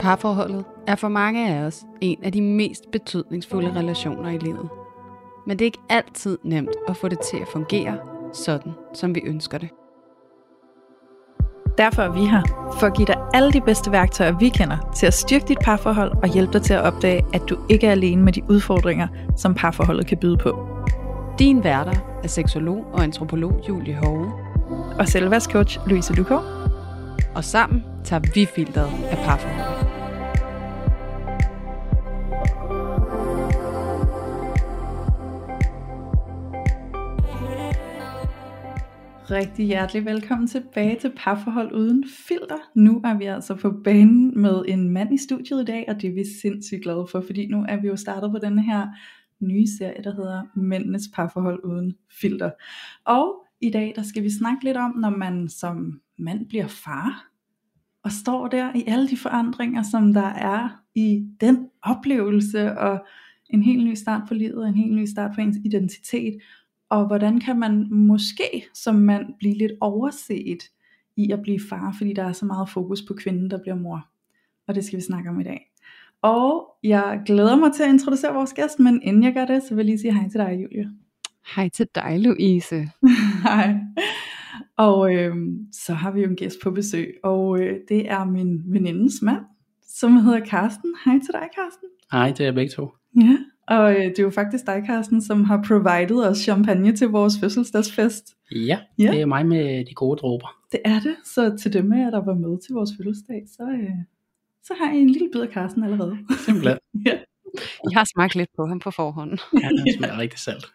Parforholdet er for mange af os en af de mest betydningsfulde relationer i livet. Men det er ikke altid nemt at få det til at fungere sådan, som vi ønsker det. Derfor er vi her, for at give dig alle de bedste værktøjer, vi kender, til at styrke dit parforhold og hjælpe dig til at opdage, at du ikke er alene med de udfordringer, som parforholdet kan byde på. Din værter er seksolog og antropolog Julie Hove. Og selvværdscoach Louise Lukov. Og sammen tager vi filteret af parforholdet. Rigtig hjertelig velkommen tilbage til Parforhold uden filter. Nu er vi altså på banen med en mand i studiet i dag, og det er vi sindssygt glade for, fordi nu er vi jo startet på denne her nye serie, der hedder Mændenes Parforhold uden filter. Og i dag, der skal vi snakke lidt om, når man som mand bliver far, og står der i alle de forandringer, som der er i den oplevelse, og en helt ny start på livet, og en helt ny start på ens identitet. Og hvordan kan man måske som mand blive lidt overset i at blive far, fordi der er så meget fokus på kvinden, der bliver mor. Og det skal vi snakke om i dag. Og jeg glæder mig til at introducere vores gæst, men inden jeg gør det, så vil jeg lige sige hej til dig, Julie. Hej til dig, Louise. Hej. Og så har vi jo en gæst på besøg, og det er min venindes mand, som hedder Carsten. Hej til dig, Carsten. Hej til jer begge to. Ja. Og det er jo faktisk dig, Carsten, som har provided os champagne til vores fødselsdagsfest. Ja, det er mig med de gode dråber. Det er det. Så til dem af jer, der var med til vores fødselsdag, så har I en lille bid af Carsten allerede. Simpelthen. Ja. Jeg har smagt lidt på ham på forhånd. Ja, den smager rigtig salt.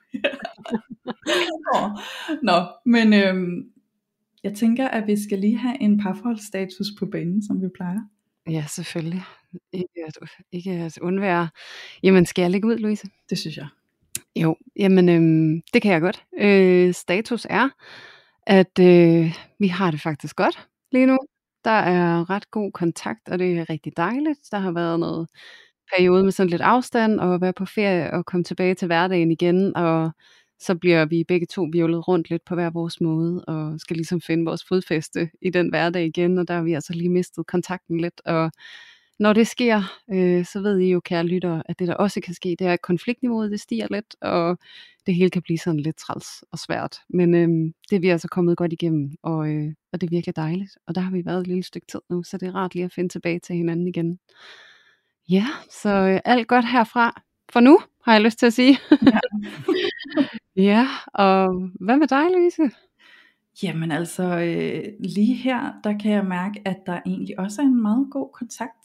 Nå, men jeg tænker, at vi skal lige have en parforholdsstatus på banen, som vi plejer. Ja, selvfølgelig. Ikke at undvære. Jamen, skal jeg lægge ud, Louise? Det synes jeg. Jo, jamen det kan jeg godt. Status er, at vi har det faktisk godt lige nu. Der er ret god kontakt, og det er rigtig dejligt. Der har været noget periode med sådan lidt afstand, og være på ferie og komme tilbage til hverdagen igen, og så bliver vi begge to hvirvlet rundt lidt på hver vores måde, og skal ligesom finde vores fodfæste i den hverdag igen, og der har vi altså lige mistet kontakten lidt, og når det sker, så ved I jo, kære lyttere, at det der også kan ske, det er, at konfliktniveauet det stiger lidt, og det hele kan blive sådan lidt træls og svært. Men det er vi altså kommet godt igennem, og det er virkelig dejligt. Og der har vi været et lille stykke tid nu, så det er rart lige at finde tilbage til hinanden igen. Ja, så alt godt herfra for nu, har jeg lyst til at sige. Ja. Ja, og hvad med dig, Louise? Jamen altså, lige her, der kan jeg mærke, at der egentlig også er en meget god kontakt.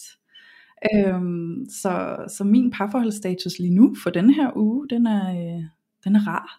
Så min parforholdsstatus lige nu for denne her uge, den er rar.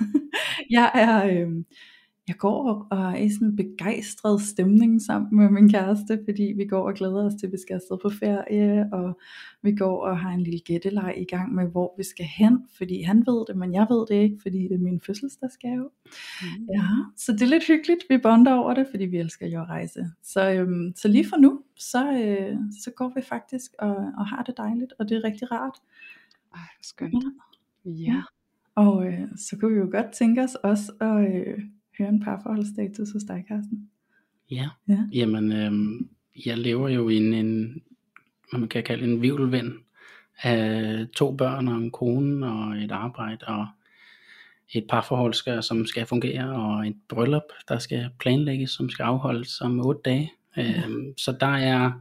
Jeg går og er i sådan en begejstret stemning sammen med min kæreste, fordi vi går og glæder os til, at vi skal afsted på ferie, og vi går og har en lille gætteleg i gang med, hvor vi skal hen, fordi han ved det, men jeg ved det ikke, fordi det er min fødselsdagsgave. Ja, så det er lidt hyggeligt, vi bonder over det, fordi vi elsker jo at rejse. Så lige for nu, så går vi faktisk og har det dejligt, og det er rigtig rart. Ej, hvor skønt. Ja. Og så kunne vi jo godt tænke os også at høre en parforholdsstatus hos dig, Carsten. Ja. Jamen, jeg lever jo i en, hvad man kan kalde en hvirvelvind af 2 børn og en kone og et arbejde og et parforhold, som skal fungere, og et bryllup, der skal planlægges, som skal afholdes om 8 dage. Så der er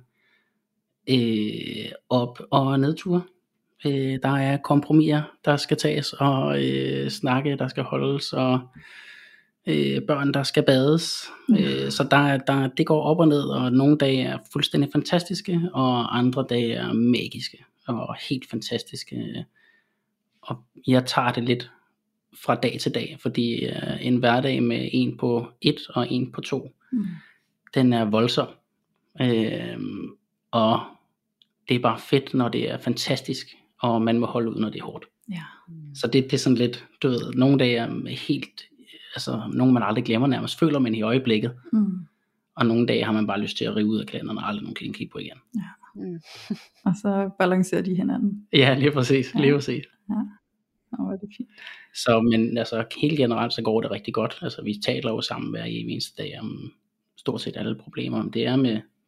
op- og nedture. Der er kompromiser, der skal tages, og snakke, der skal holdes, og børn, der skal bades. Så det går op og ned, og nogle dage er fuldstændig fantastiske, og andre dage er magiske og helt fantastiske. Og jeg tager det lidt fra dag til dag, fordi en hverdag med en på 1 og en på 2, den er voldsom. Og det er bare fedt, når det er fantastisk, og man må holde ud, når det er hårdt. Ja. Så det er sådan lidt, du ved, nogle dage er helt, altså nogle man aldrig glemmer nærmest, føler man i øjeblikket. Og nogle dage har man bare lyst til at rive ud af kalenderen, og aldrig nogen kan kigge på igen. Ja. Og så balancerer de hinanden. Ja, lige præcis. Ja. Lige præcis. Ja. Hvor er det fint. Så, men altså helt generelt, så går det rigtig godt. Altså vi taler jo sammen hver eneste dag om stort set alle problemer. Om det er med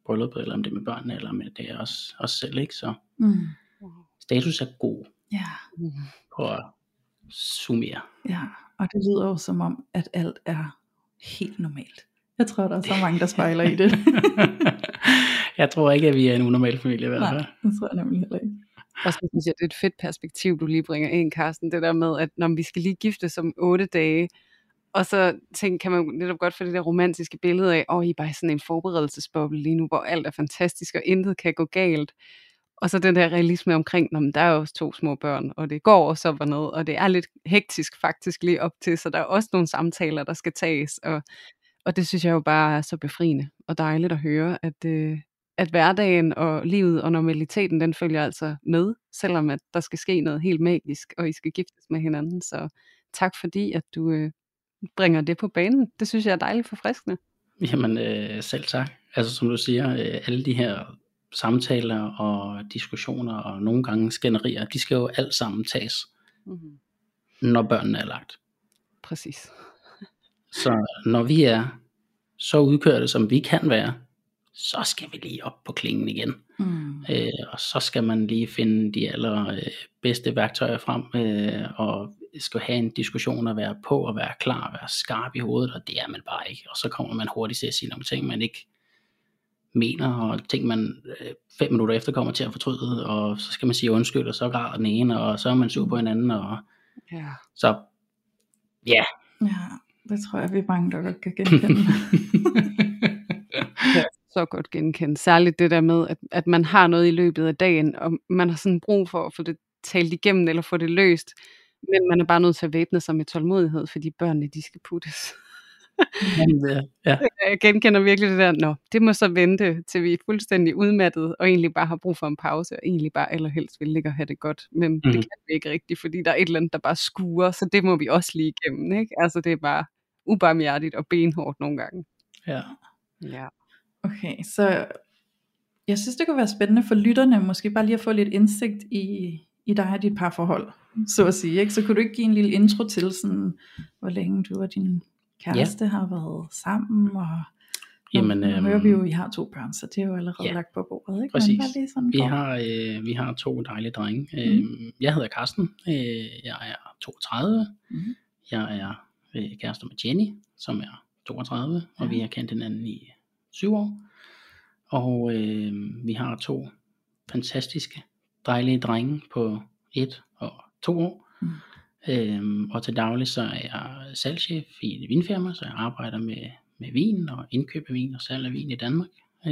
brylluppet, eller om det er med børnene, eller med det er os selv, ikke? Så Mm. status er god Ja, på at summere. ja. Og det lyder jo som om, at alt er helt normalt. Jeg tror, der er så mange, der spejler i det. Jeg tror ikke, at vi er en unormal familie i hvert fald. Nej, det tror jeg nemlig heller ikke. Og så synes jeg, det er et fedt perspektiv, du lige bringer ind, Carsten. Det der med, at når vi skal lige giftes om 8 dage, og så kan man netop godt få det der romantiske billede af, I er bare i sådan en forberedelsesboble lige nu, hvor alt er fantastisk, og intet kan gå galt. Og så den der realisme omkring, der er også 2 små børn, og det går også op og ned, og det er lidt hektisk faktisk lige op til, så der er også nogle samtaler, der skal tages, og det synes jeg jo bare er så befriende og dejligt at høre, at hverdagen og livet og normaliteten, den følger altså med, selvom at der skal ske noget helt magisk, og I skal giftes med hinanden. Så tak fordi, at du bringer det på banen. Det synes jeg er dejligt forfriskende. Jamen selv tak. Altså som du siger, alle de her samtaler og diskussioner og nogle gange skænderier, de skal jo alt sammen tages, når børnene er lagt. Præcis. Så når vi er så udkørte, som vi kan være, så skal vi lige op på klingen igen. Og så skal man lige finde de bedste værktøjer frem, og skal have en diskussion og være på og være klar og være skarp i hovedet, og det er man bare ikke. Og så kommer man hurtigt til at sige nogle ting, man ikke mener, og ting man 5 minutter efter kommer til at fortryde, og så skal man sige undskyld, og så græder den ene, og så er man sur på hinanden, og så ja. Ja, det tror jeg, vi er mange, der godt kan genkende. Så godt genkende. Særligt det der med, at man har noget i løbet af dagen, og man har sådan brug for at få det talt igennem, eller få det løst, men man er bare nødt til at væbne sig med tålmodighed, fordi børnene, de skal puttes. Ja. Jeg genkender virkelig det der, det må så vente, til vi er fuldstændig udmattet, og egentlig bare har brug for en pause, og egentlig bare allerhelst vil ligge og have det godt, men det kan vi ikke rigtigt, fordi der er et eller andet, der bare skuer, så det må vi også lige igennem, ikke? Altså det er bare ubarmhjertigt og benhårdt nogle gange. Ja. Okay, så jeg synes, det kunne være spændende for lytterne, måske bare lige at få lidt indsigt i dig og dit parforhold, så at sige, ikke? Så kunne du ikke give en lille intro til, sådan, hvor længe du og din kæreste har været sammen, og nu hører vi jo, I har 2 børn, så det er jo allerede lagt på bordet, ikke? Præcis. Sådan Vi har 2 dejlige drenge. Jeg hedder Carsten, jeg er 32, jeg er kærester med Jenny, som er 32, og vi har kendt hinanden i 7 år, og vi har 2 fantastiske, dejlige drenge på 1 og 2 år, og til daglig så er jeg salgschef i et vinfirma, så jeg arbejder med vin og indkøb af vin og salg af vin i Danmark,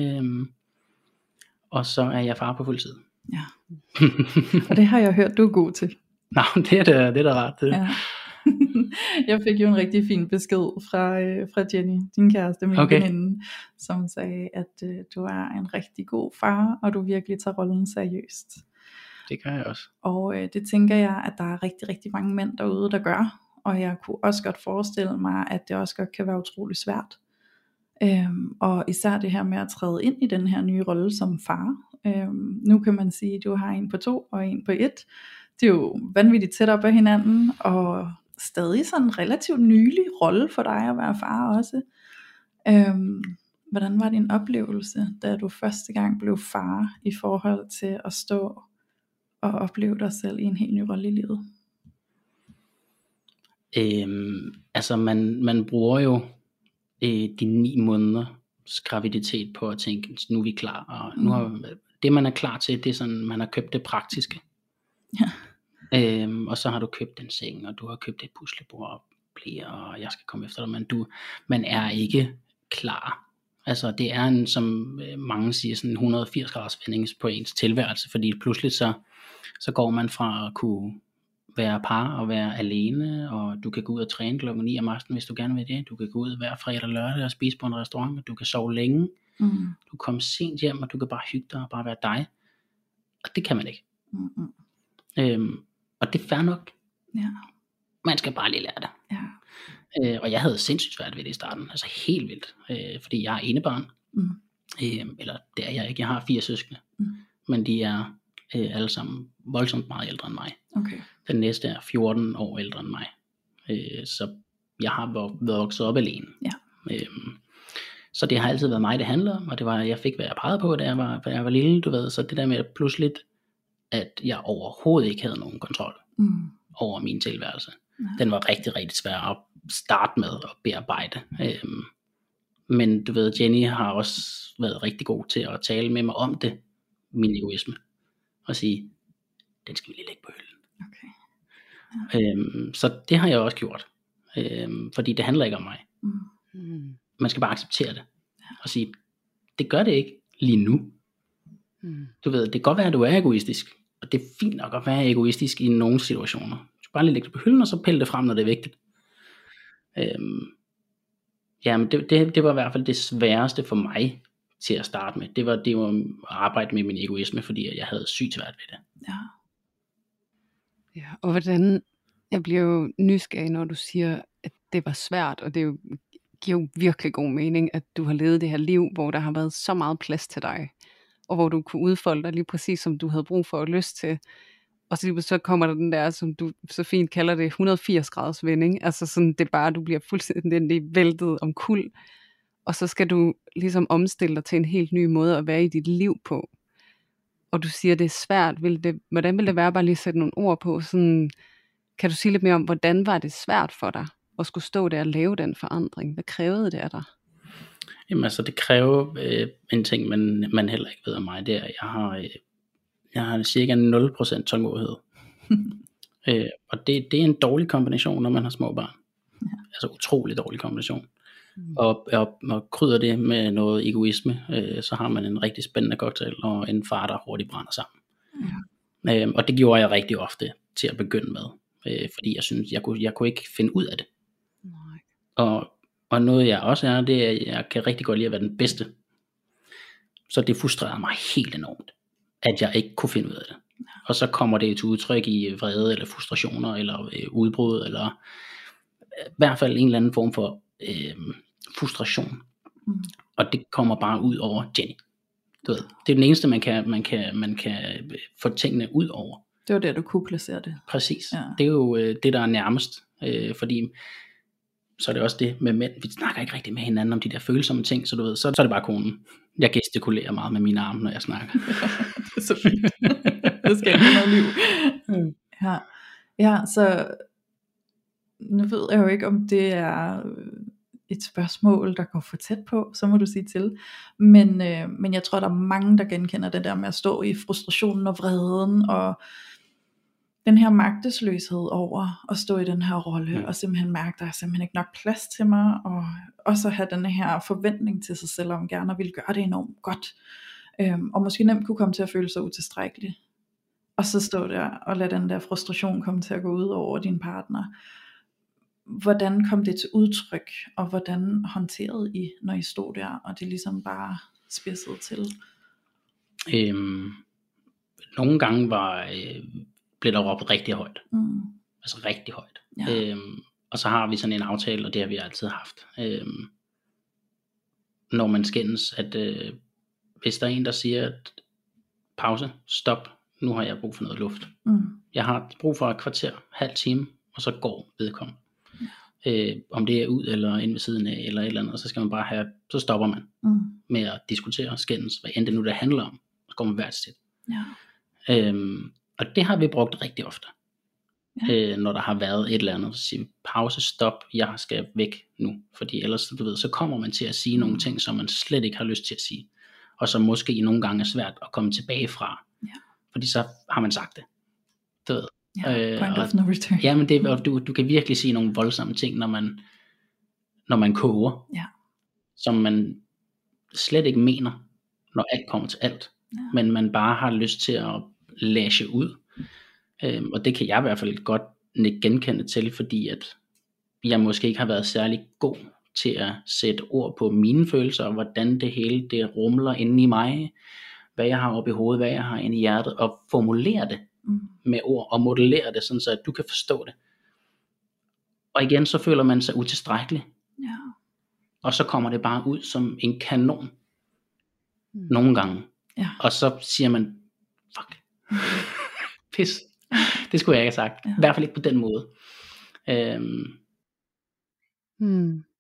og så er jeg far på fuld tid. Ja. Og det har jeg hørt, du er god til. Nå, det er da rart det. Ja. Jeg fik jo en rigtig fin besked fra Jenny, din kæreste, min veninde, som sagde, at du er en rigtig god far, og du virkelig tager rollen seriøst. Det gør jeg også. Og det tænker jeg, at der er rigtig, rigtig mange mænd derude, der gør. Og jeg kunne også godt forestille mig, at det også godt kan være utrolig svært. Og især det her med at træde ind i den her nye rolle som far. Nu kan man sige, at du har en på 2 og en på 1. Det er jo vanvittigt tæt op af hinanden, og stadig sådan en relativt nylig rolle for dig at være far også. Hvordan var din oplevelse, da du første gang blev far, i forhold til at stå og opleve dig selv i en helt ny rolle i livet? Altså man bruger jo de 9 måneders graviditet på at tænke, nu er vi klar, og nu har, det man er klar til, det er sådan, man har købt det praktiske. Ja. Og så har du købt en seng, og du har købt et puslebord og bleer, og jeg skal komme efter dig, men man er ikke klar. Altså det er en, som mange siger, sådan 180 graders vending på ens tilværelse, fordi pludselig så går man fra at kunne være par og være alene, og du kan gå ud og træne kl. 9 om aftenen, hvis du gerne vil det. Du kan gå ud hver fredag og lørdag og spise på en restaurant, og du kan sove længe. Du kommer sent hjem, og du kan bare hygge dig og bare være dig. Og det kan man ikke. Og det er fair nok. Ja. Man skal bare lige lære det. Ja. Og jeg havde sindssygt svært ved det i starten. Altså helt vildt. Fordi jeg er enebarn. Eller det er jeg ikke. Jeg har 4 søskende. Men de er alle sammen voldsomt meget ældre end mig. Okay. Den næste er 14 år ældre end mig. Så jeg har vokset op alene. Ja. Så det har altid været mig, det handler om, og det var, jeg fik, hvad jeg pegede på, da jeg var lille, du ved. Så det der med pludselig, at jeg overhovedet ikke havde nogen kontrol over min tilværelse. Den var rigtig, rigtig svær at starte med at bearbejde. Men du ved, Jenny har også været rigtig god til at tale med mig om det, min egoisme, og sige, den skal vi lige lægge på hylden. Okay. Så det har jeg også gjort, fordi det handler ikke om mig. Man skal bare acceptere det, og sige, det gør det ikke lige nu. Du ved, det kan godt være, at du er egoistisk, og det er fint nok at være egoistisk i nogle situationer. Du skal bare lige lægge det på hylden, og så pille det frem, når det er vigtigt. Men det var i hvert fald det sværeste for mig til at starte med. Det var at arbejde med min egoisme, fordi jeg havde sygt svært ved det. Ja, og hvordan, jeg bliver jo nysgerrig, når du siger, at det var svært, og det giver jo virkelig god mening, at du har levet det her liv, hvor der har været så meget plads til dig, og hvor du kunne udfolde dig lige præcis, som du havde brug for og lyst til. Og så kommer der den der, som du så fint kalder det, 180 graders vending. Altså sådan, det er bare, du bliver fuldstændig væltet omkuld. Og så skal du ligesom omstille dig til en helt ny måde at være i dit liv på. Og du siger, det er svært. Hvordan vil det være, bare lige sætte nogle ord på? Sådan, kan du sige lidt mere om, hvordan var det svært for dig at skulle stå der og lave den forandring? Hvad krævede det af dig? Jamen altså, det kræver en ting, man heller ikke ved af mig. Det er, at jeg har cirka 0% tålmodighed. Og det er en dårlig kombination, når man har små børn. Altså utrolig dårlig kombination. Og krydder det med noget egoisme, så har man en rigtig spændende cocktail, og en far, der hurtigt brænder sammen. Og det gjorde jeg rigtig ofte til at begynde med. Fordi jeg synes, jeg kunne ikke finde ud af det. Nej. Og noget jeg også er, det er, at jeg kan rigtig godt lide at være den bedste. Så det frustrerede mig helt enormt, at jeg ikke kunne finde ud af det. Og så kommer det til udtryk i vrede, eller frustrationer, eller udbrud, eller i hvert fald en eller anden form for frustration. Og det kommer bare ud over Jenny. Du ved, det er den eneste, man kan få tingene ud over. Det var der, du kunne placere det. Præcis. Ja. Det er jo det, der er nærmest. Fordi så er det også det med mænd. Vi snakker ikke rigtig med hinanden om de der følsomme ting, så du ved, så er det bare konen. Jeg gestikulerer meget med mine arme, når jeg snakker. Det er så fint. Det skal ikke noget liv. Ja, så nu ved jeg jo ikke, om det er et spørgsmål, der går for tæt på, så må du sige til. Men jeg tror, der er mange, der genkender det der med at stå i frustrationen og vreden, og den her magtesløshed over at stå i den her rolle, og simpelthen mærke, der er simpelthen ikke nok plads til mig, og også have den her forventning til sig selv, om gerne vil gøre det enormt godt, og måske nemt kunne komme til at føle sig utilstrækkelig, og så stå der og lade den der frustration komme til at gå ud over din partner. Hvordan kom det til udtryk, og hvordan håndterede I, når I stod der, og det ligesom bare spidsede til? Nogle gange blev der råbt rigtig højt. Altså rigtig højt. Ja. Og så har vi sådan en aftale, og det har vi altid haft. Når man skændes, at hvis der er en, der siger, at pause, stop, nu har jeg brug for noget luft. Jeg har brug for et kvarter, halv time, og så går vedkommende. Om det er ud eller ind ved siden af eller et eller andet, så skal man bare så stopper man med at diskutere skændes, hvad end det nu der handler om, så går man hvert sit. Og det har vi brugt rigtig ofte, når der har været et eller andet, så siger vi, pause, stop, jeg skal væk nu, fordi ellers du ved, så kommer man til at sige nogle ting, som man slet ikke har lyst til at sige, og som måske nogle gange er svært at komme tilbage fra, fordi så har man sagt det, du ved. Point of no return. Ja, men du kan virkelig sige nogle voldsomme ting, når man koger, som man slet ikke mener, når alt kommer til alt, men man bare har lyst til at lashe ud, og det kan jeg i hvert fald godt genkende til, fordi at jeg måske ikke har været særlig god til at sætte ord på mine følelser, og hvordan det hele det rumler inde i mig, hvad jeg har oppe i hovedet, hvad jeg har inde i hjertet, og formulere det med ord, og modellere det, sådan så at du kan forstå det. Og igen, så føler man sig utilstrækkelig. Og så kommer det bare ud som en kanon. Nogle gange. Og så siger man, fuck. Pis. Det skulle jeg ikke have sagt. I hvert fald ikke på den måde.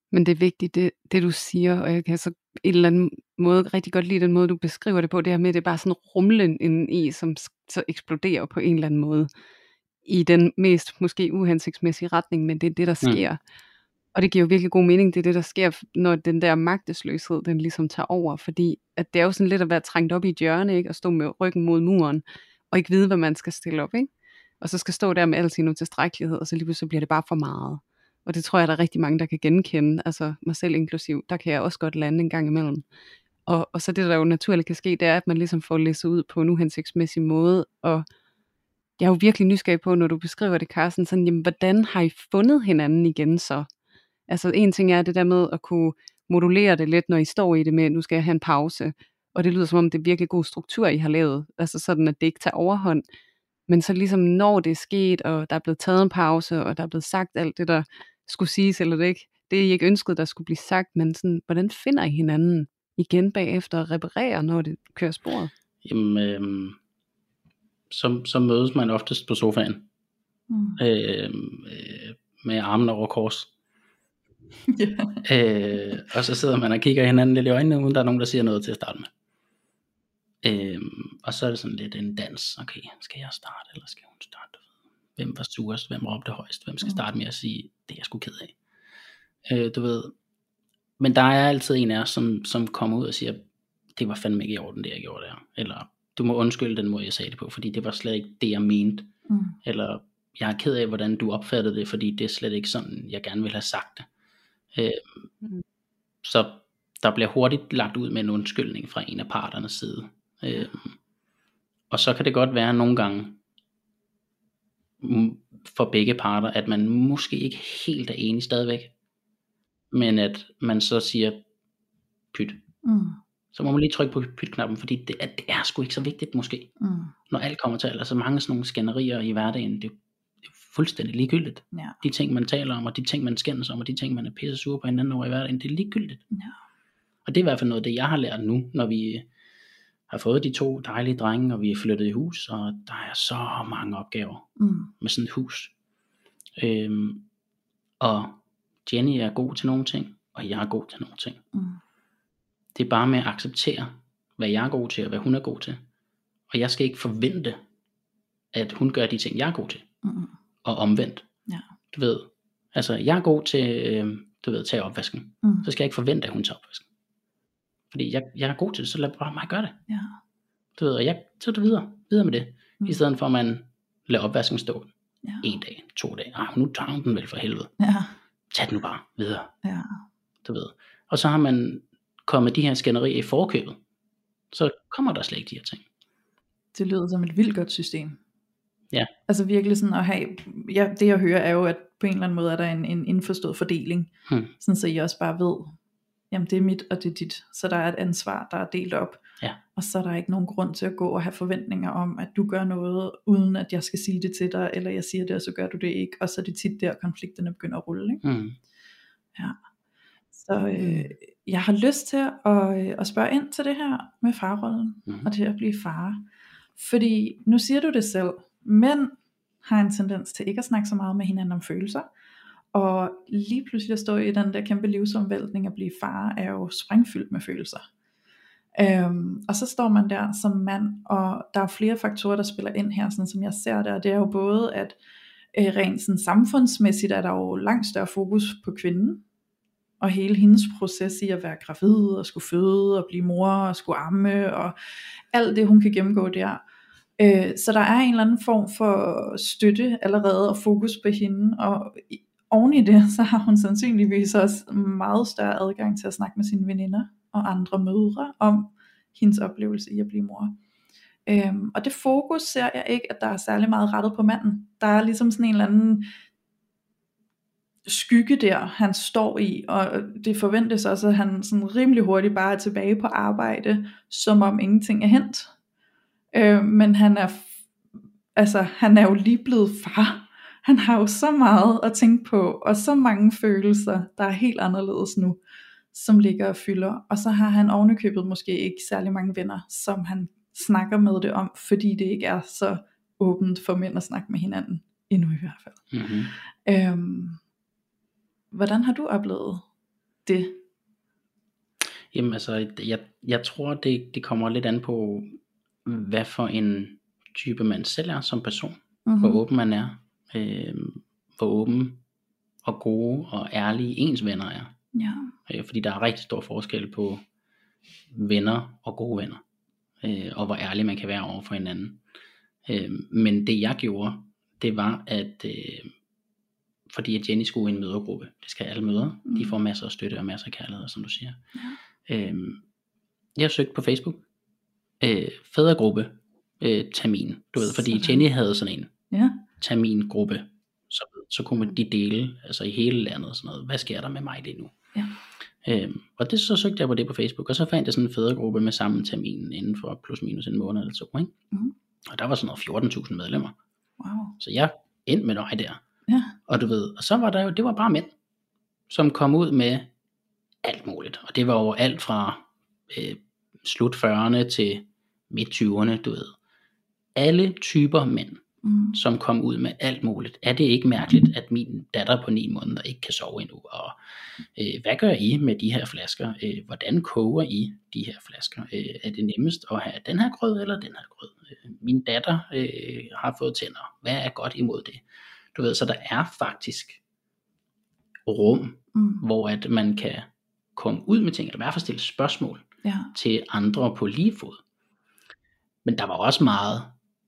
Men det er vigtigt, det du siger, og jeg kan så en eller anden måde rigtig godt lide den måde, du beskriver det på, det her med, at det er bare sådan rumlen inden i, som så eksploderer på en eller anden måde, i den mest måske uhensigtsmæssige retning, men det er det, der sker. Og det giver jo virkelig god mening, det er det, der sker, når den der magtesløshed, den ligesom tager over, fordi at det er jo sådan lidt at være trængt op i et hjørne, ikke? Og stå med ryggen mod muren, og ikke vide, hvad man skal stille op, ikke? Og så skal stå der med al sin utilstrækkelighed, og så lige pludselig bliver det bare for meget. Og det tror jeg, der er rigtig mange, der kan genkende, altså mig selv inklusiv, der kan jeg også godt lande en gang imellem. Og så det, der jo naturligt kan ske, det er, at man ligesom får læsset ud på en uhensigtsmæssig måde, og jeg er jo virkelig nysgerrig på, når du beskriver det, Carsten, sådan, jamen, hvordan har I fundet hinanden igen så? Altså en ting er det der med at kunne modulere det lidt, når I står i det med, nu skal jeg have en pause, og det lyder som om, det er virkelig god struktur, I har lavet, altså sådan, at det ikke tager overhånd, men så ligesom når det er sket, og der er blevet taget en pause, og der er blevet sagt alt det, der skulle siges, eller det I ikke ønskede, der skulle blive sagt, men sådan, hvordan finder I hinanden igen bagefter og reparerer, når det kører sporet? Jamen, så mødes man oftest på sofaen, med armen over kors. Og så sidder man og kigger hinanden lidt i øjnene, uden der er nogen, der siger noget til at starte med. Og så er det sådan lidt en dans. Okay, skal jeg starte, eller skal hun starte? Hvem var surest? Hvem råbte højst? Hvem skal starte med at sige, det er jeg sgu ked af? Du ved. Men der er altid en af os, som kommer ud og siger, det var fandme ikke i orden, det jeg gjorde der. Eller, du må undskylde den måde, jeg sagde det på, fordi det var slet ikke det, jeg mente. Eller, jeg er ked af, hvordan du opfattede det, fordi det er slet ikke sådan, jeg gerne ville have sagt det. Så der bliver hurtigt lagt ud med en undskyldning fra en af parternes side. Og så kan det godt være nogle gange for begge parter, at man måske ikke helt er enig stadigvæk, men at man så siger pyt. Så må man lige trykke på pyt-knappen, fordi det er sgu ikke så vigtigt måske. Når alt kommer til alt, altså mange sådan nogle skænderier i hverdagen, det er fuldstændig ligegyldigt. De ting man taler om, og de ting man skændes om, og de ting man er pisse sure på hinanden over i hverdagen, det er ligegyldigt. Og det er i hvert fald noget af det, jeg har lært nu, når vi har fået de 2 dejlige drenge, og vi er flyttet i hus, og der er så mange opgaver med sådan et hus. Og Jenny er god til nogle ting, og jeg er god til nogle ting. Det er bare med at acceptere, hvad jeg er god til, og hvad hun er god til. Og jeg skal ikke forvente, at hun gør de ting, jeg er god til. Og omvendt. Du ved, altså jeg er god til, tage opvasken. Så skal jeg ikke forvente, at hun tager opvasken. Fordi jeg er god til det, så lad bare mig gøre det. Du ved, og jeg tager det videre med det. I stedet for at man lader opvasken stå 1 dag, 2 dage. Nu tager hun den vel for helvede. Tag den nu bare videre. Du ved. Og så har man kommet de her skænderier i forkøbet. Så kommer der slet ikke de her ting. Det lyder som et vildt godt system. Ja. Altså virkelig sådan at have, det jeg hører er jo, at på en eller anden måde er der en indforstået fordeling. Sådan så I også bare ved, jamen det er mit, og det er dit. Så der er et ansvar, der er delt op. Og så er der ikke nogen grund til at gå og have forventninger om, at du gør noget, uden at jeg skal sige det til dig, eller jeg siger det, og så gør du det ikke. Og så er det tit der, konflikterne begynder at rulle. Ikke? Så jeg har lyst til at spørge ind til det her med farrollen, og til at blive far. Fordi nu siger du det selv, mænd har en tendens til ikke at snakke så meget med hinanden om følelser. Og lige pludselig at stå i den der kæmpe livsomvæltning at blive far, er jo sprængfyldt med følelser. Og så står man der som mand, og der er flere faktorer, der spiller ind her, sådan som jeg ser det. Og det er jo både, at rent sådan samfundsmæssigt er der jo langt større fokus på kvinden, og hele hendes proces i at være gravid, og skulle føde, og blive mor, og skulle amme, og alt det hun kan gennemgå der. Så der er en eller anden form for støtte allerede, og fokus på hende, og oven i det, så har hun sandsynligvis også meget større adgang til at snakke med sine veninder, og andre mødre, om hendes oplevelse i at blive mor. Og det fokus ser jeg ikke, at der er særlig meget rettet på manden. Der er ligesom sådan en eller anden skygge der, han står i, og det forventes også, at han sådan rimelig hurtigt bare er tilbage på arbejde, som om ingenting er hent. Men han er jo lige blevet far. Han har jo så meget at tænke på, og så mange følelser, der er helt anderledes nu, som ligger og fylder. Og så har han ovenikøbet måske ikke særlig mange venner, som han snakker med det om, fordi det ikke er så åbent for mænd at snakke med hinanden, endnu i hvert fald. Hvordan har du oplevet det? Jamen altså, jeg tror, det kommer lidt an på, hvad for en type man selv er som person. Hvor åben man er. Hvor åben og gode og ærlige ens venner er. Ja. Fordi der er rigtig stor forskel på venner og gode venner. Og hvor ærlig man kan være over for hinanden. Men det jeg gjorde, det var at fordi at Jenny skulle i en mødergruppe. Det skal alle møder. De får masser af støtte og masser af kærlighed, som du siger. Jeg søgte på Facebook fædregruppe termin, du ved, fordi Jenny havde sådan en termingruppe, så kunne de dele, altså i hele landet sådan noget, hvad sker der med mig lige nu? Og det så søgte jeg på det på Facebook, og så fandt jeg sådan en fædregruppe med samme termin inden for plus minus en måned eller to, ikke? Og der var sådan noget 14.000 medlemmer. Wow. Så jeg endte med mig der. Og du ved, og så var der jo, det var bare mænd, som kom ud med alt muligt, og det var jo alt fra slut 40'erne til midt 20'erne, du ved. Alle typer mænd, som kom ud med alt muligt. Er det ikke mærkeligt, at min datter på 9 måneder ikke kan sove endnu? Og hvad gør I med de her flasker? Hvordan koger I de her flasker? Er det nemmest at have den her grød eller den her grød? Min datter har fået tænder. Hvad er godt imod det? Du ved, så der er faktisk rum, hvor at man kan komme ud med ting, eller i hvert fald stille spørgsmål til andre på lige fod. Men der var også meget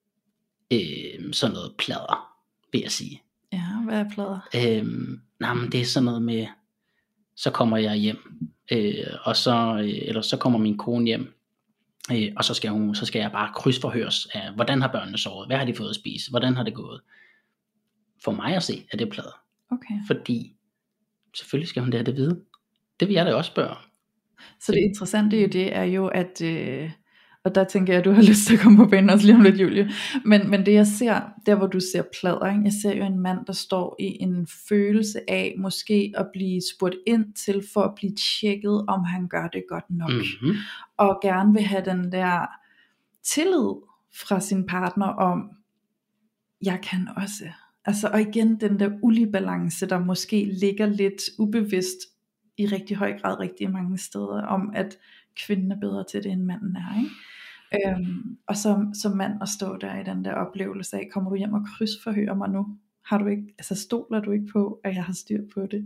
sådan noget pladder, vil jeg sige. Ja, hvad er pladder? Men det er sådan noget med, så kommer jeg hjem, og så, eller så kommer min kone hjem, og så skal jeg bare krydsforhøres af, hvordan har børnene sovet, hvad har de fået at spise, hvordan har det gået. For mig at se, er det pladder. Okay. Fordi selvfølgelig skal hun det vide. Det vil jeg da også spørge. Så det interessante i det er jo, at og der tænker jeg, at du har lyst til at komme på banen også lige om lidt, Julie. Men det jeg ser, der hvor du ser pladder, ikke? Jeg ser jo en mand, der står i en følelse af måske at blive spurgt ind til for at blive tjekket, om han gør det godt nok. Og gerne vil have den der tillid fra sin partner om, jeg kan også. Altså, og igen den der uligebalance, der måske ligger lidt ubevidst i rigtig høj grad rigtig mange steder, om at kvinden er bedre til det, end manden er, ikke? Og som mand at stå der i den der oplevelse af, kommer du hjem og krydsforhører mig nu? Har du ikke, altså stoler du ikke på, at jeg har styr på det?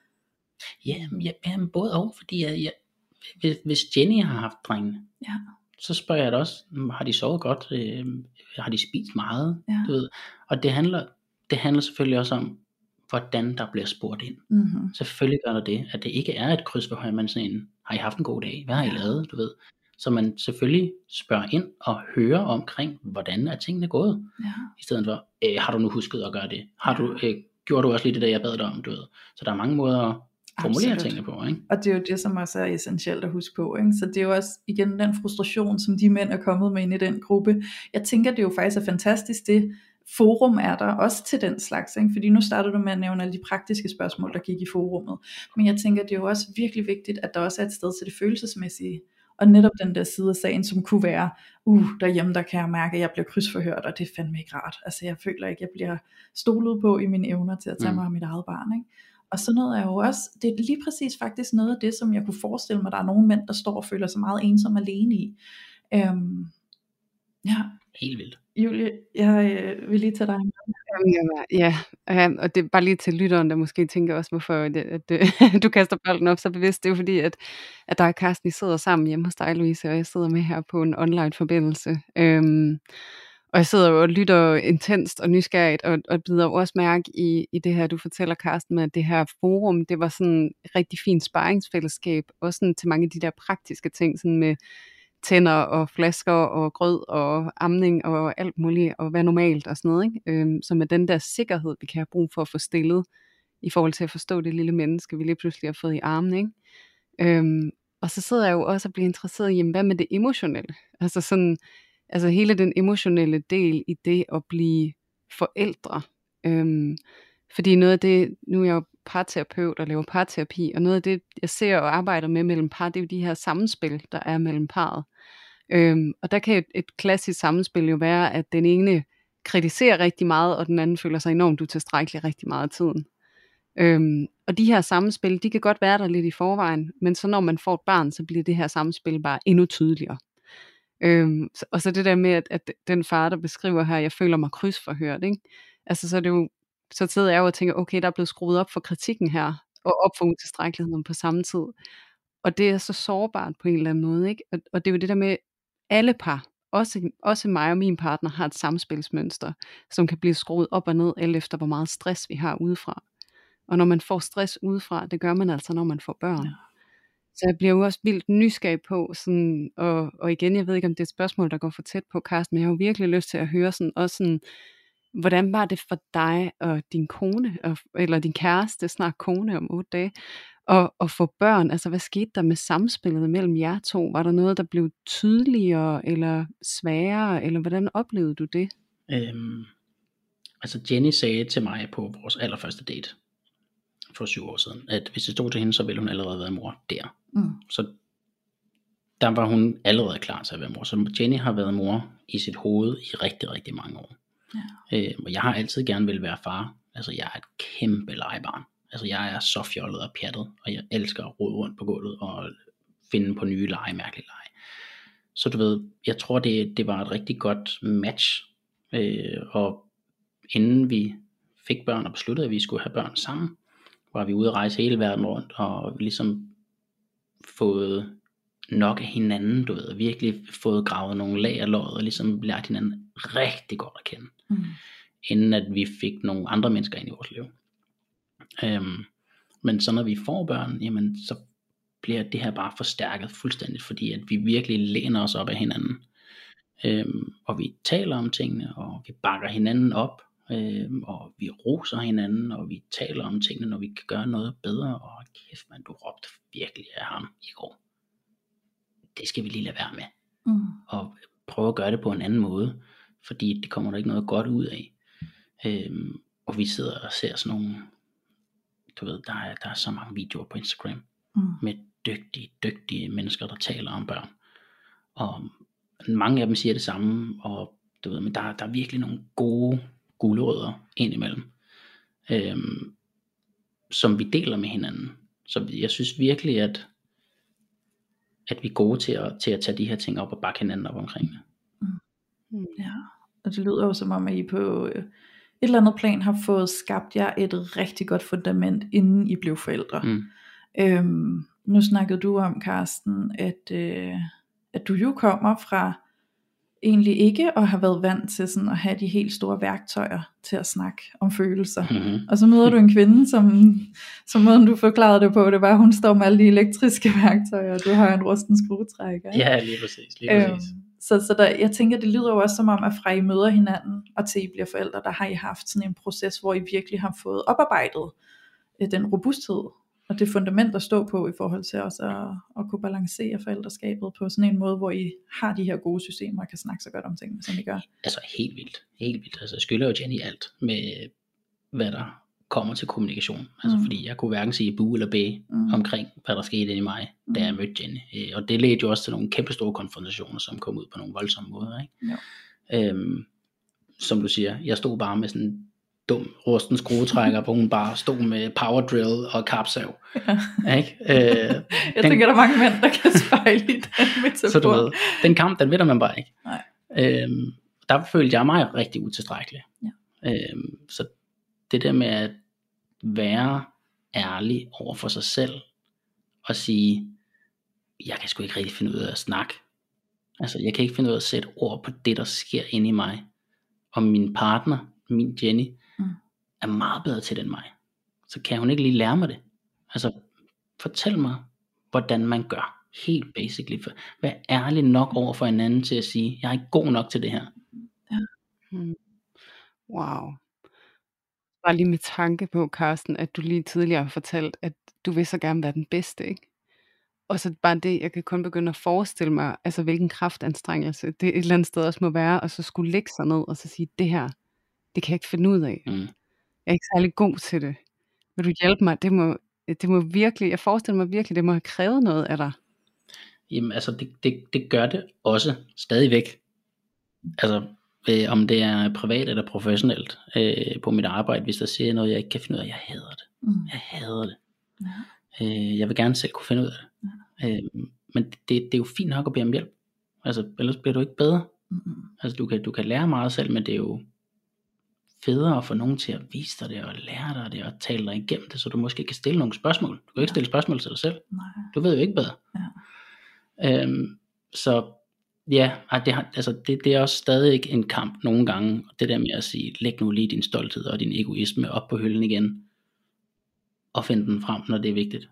Jamen både og, fordi hvis Jenny har haft drengene, så spørger jeg da også, har de sovet godt? Har de spist meget? Du ved? Og det handler selvfølgelig også om, hvordan der bliver spurgt ind. Selvfølgelig gør der det, at det ikke er et krydsforhør, man sådan en, har I haft en god dag? Hvad har I lavet? Du ved. Så man selvfølgelig spørger ind og hører omkring, hvordan er tingene gået. I stedet for, har du nu husket at gøre det? Har du, gjorde du også lige det der, jeg bad dig om? Du ved. Så der er mange måder at formulere tingene på. Ikke? Og det er jo det, som også er essentielt at huske på. Ikke? Så det er jo også igen den frustration, som de mænd er kommet med ind i den gruppe. Jeg tænker, det jo faktisk er fantastisk det, forum er der også til den slags, ikke? Fordi nu starter du med at nævne alle de praktiske spørgsmål, der gik i forummet, men jeg tænker, det er jo også virkelig vigtigt, at der også er et sted til det følelsesmæssige, og netop den der side af sagen, som kunne være, derhjemme der kan jeg mærke, at jeg bliver krydsforhørt, og det er fandme ikke rart, altså jeg føler ikke, at jeg bliver stolet på i mine evner til at tage mig af mit eget barn, ikke? Og sådan noget er jo også, det er lige præcis faktisk noget af det, som jeg kunne forestille mig, der er nogle mænd, der står og føler sig meget ensom alene i. Helt vildt. Julie, jeg vil lige tage dig. Og det er bare lige til lytteren, der måske tænker også, hvorfor du kaster bolden op så bevidst. Det er jo fordi, at dig og Karsten, I sidder sammen hjemme hos dig, Louise, og jeg sidder med her på en online forbindelse. Og jeg sidder jo og lytter intenst og nysgerrigt, og bider jo også mærke i det her, du fortæller, Karsten, med at det her forum, det var sådan et rigtig fint sparringsfællesskab, også sådan til mange af de der praktiske ting, sådan med tænder og flasker og grød og amning og alt muligt, og hvad normalt og sådan noget, ikke? Så med den der sikkerhed, vi kan have brug for at få stillet, i forhold til at forstå det lille menneske, vi lige pludselig har fået i armen, ikke? Og så sidder jeg jo også og bliver interesseret i, hvad med det emotionelle? Altså hele den emotionelle del i det at blive forældre. Fordi noget af det, nu er jeg jo parterapeut og laver parterapi, og noget af det, jeg ser og arbejder med mellem par, det er jo de her sammenspil, der er mellem parret. Og der kan et klassisk sammenspil jo være, at den ene kritiserer rigtig meget, og den anden føler sig enormt utilstrækkelig rigtig meget af tiden. Og de her samspil, de kan godt være der lidt i forvejen, men så når man får et barn, så bliver det her samspil bare endnu tydeligere. Og så det der med, at den far, der beskriver her, jeg føler mig krydsforhørt, ikke? Altså så er det jo, så sidder jeg jo og tænker, okay, der er blevet skruet op for kritikken her, og op for utilstrækkeligheden på samme tid. Og det er så sårbart på en eller anden måde, ikke? Og det er jo det der med, alle par, også mig og min partner, har et samspilsmønster, som kan blive skruet op og ned, alt efter hvor meget stress vi har udefra. Og når man får stress udefra, det gør man altså, når man får børn. Ja. Så jeg bliver jo også vildt nysgerrig på, sådan, og igen, jeg ved ikke, om det er et spørgsmål, der går for tæt på, Carsten, men jeg har jo virkelig lyst til at høre sådan, også sådan, hvordan var det for dig og din kone, eller din kæreste, snart kone om 8 dage, og få børn? Altså, hvad skete der med samspillet mellem jer to? Var der noget, der blev tydeligere, eller sværere, eller hvordan oplevede du det? Altså, Jenny sagde til mig på vores allerførste date, for 7 år siden, at hvis det stod til hende, så ville hun allerede være mor der. Så der var hun allerede klar til at være mor. Så Jenny har været mor i sit hoved i rigtig, rigtig mange år. Ja. Og jeg har altid gerne vil være far. Altså, jeg er et kæmpe legebarn. Altså, jeg er så fjollet og pjattet, og jeg elsker at rode rundt på gulvet og finde på nye mærkelige lege. Så du ved, jeg tror, det var et rigtig godt match. Og inden vi fik børn og besluttede, at vi skulle have børn sammen, var vi ude at rejse hele verden rundt, og ligesom fået nok af hinanden, du ved, virkelig fået gravet nogle lag af låret, og ligesom lært hinanden rigtig godt at kende, inden at vi fik nogle andre mennesker ind i vores liv. Men så når vi får børn, jamen så bliver det her bare forstærket fuldstændigt, fordi at vi virkelig læner os op af hinanden, og vi taler om tingene, og vi bakker hinanden op, og vi roser hinanden, og vi taler om tingene, når vi kan gøre noget bedre. Og kæft man, du råbte virkelig af ham i går. Det skal vi lige lade være med. Og prøve at gøre det på en anden måde, fordi det kommer der ikke noget godt ud af. Og vi sidder og ser sådan nogle, du ved, der er så mange videoer på Instagram med dygtige mennesker, der taler om børn. Og mange af dem siger det samme, og du ved, men der er virkelig nogle gode gulerødder indimellem, som vi deler med hinanden. Så jeg synes virkelig, at vi er gode til at tage de her ting op og bakke hinanden op omkring det. Ja, og det lyder jo som om, at I på et eller andet plan har fået skabt jer et rigtig godt fundament, inden I blev forældre. Nu snakkede du om, Carsten, at du jo kommer fra egentlig ikke at have været vant til sådan at have de helt store værktøjer til at snakke om følelser. Og så møder du en kvinde, som måden du forklarede det på, det var, at hun står med alle de elektriske værktøjer, og du har en rusten skruetrækker. Ja, lige præcis. Så der, jeg tænker, det lyder jo også som om, at fra I møder hinanden, og til I bliver forældre, der har I haft sådan en proces, hvor I virkelig har fået oparbejdet den robusthed, og det fundament at stå på, i forhold til også at kunne balancere forældreskabet på sådan en måde, hvor I har de her gode systemer, og kan snakke så godt om tingene, som I gør. Altså helt vildt. Altså jeg skylder jo Jenny alt med, hvad der kommer til kommunikation. Altså fordi jeg kunne hverken sige bu eller bæ omkring, hvad der skete inde i mig, da jeg mødte Jenny. Og det ledte jo også til nogle kæmpe store konfrontationer, som kom ud på nogle voldsomme måder. Ikke? Som du siger, jeg stod bare med sådan en dum rusten skruetrækker, hvor hun bare stod med power drill og kapsav. Ikke? Jeg tænker, der er mange mænd, der kan spejle i den metafor. Så du ved, den kamp, den vinder man bare ikke. Nej. Der følte jeg mig rigtig utilstrækkelig. Så det der med at være ærlig over for sig selv, og sige, jeg kan sgu ikke rigtig finde ud af at snakke. Altså, jeg kan ikke finde ud af at sætte ord på det, der sker inde i mig. Og min partner, min Jenny, er meget bedre til det end mig. Så kan hun ikke lige lære mig det? Altså, fortæl mig, hvordan man gør. Helt basically. Vær ærlig nok over for hinanden til at sige, jeg er ikke god nok til det her. Wow. Bare lige med tanke på, Carsten, at du lige tidligere har fortalt, at du vil så gerne være den bedste, ikke? Og så bare det, jeg kan kun begynde at forestille mig, altså hvilken kraftanstrengelse det et eller andet sted også må være, og så skulle lægge sig ned og så sige, det her, det kan jeg ikke finde ud af. Jeg er ikke særlig god til det. Vil du hjælpe mig? Det må virkelig, jeg forestiller mig virkelig, det må have krævet noget af dig. Jamen altså, det gør det også stadigvæk. Altså, om det er privat eller professionelt på mit arbejde, hvis der siger noget, jeg ikke kan finde ud af, jeg hader det. Jeg hader det. Ja. Jeg vil gerne selv kunne finde ud af det. Men det er jo fint nok at bede om hjælp. Altså, ellers bliver du ikke bedre. Altså, du kan lære meget selv, men det er jo federe at få nogen til at vise dig det, og lære dig det, og tale dig igennem det, så du måske kan stille nogle spørgsmål. Du kan ikke stille spørgsmål til dig selv. Nej. Du ved jo ikke bedre. Ja. Så ja, det er også stadig en kamp nogle gange, det der med at sige, læg nu lige din stolthed og din egoisme op på hylden igen, og find den frem, når det er vigtigt.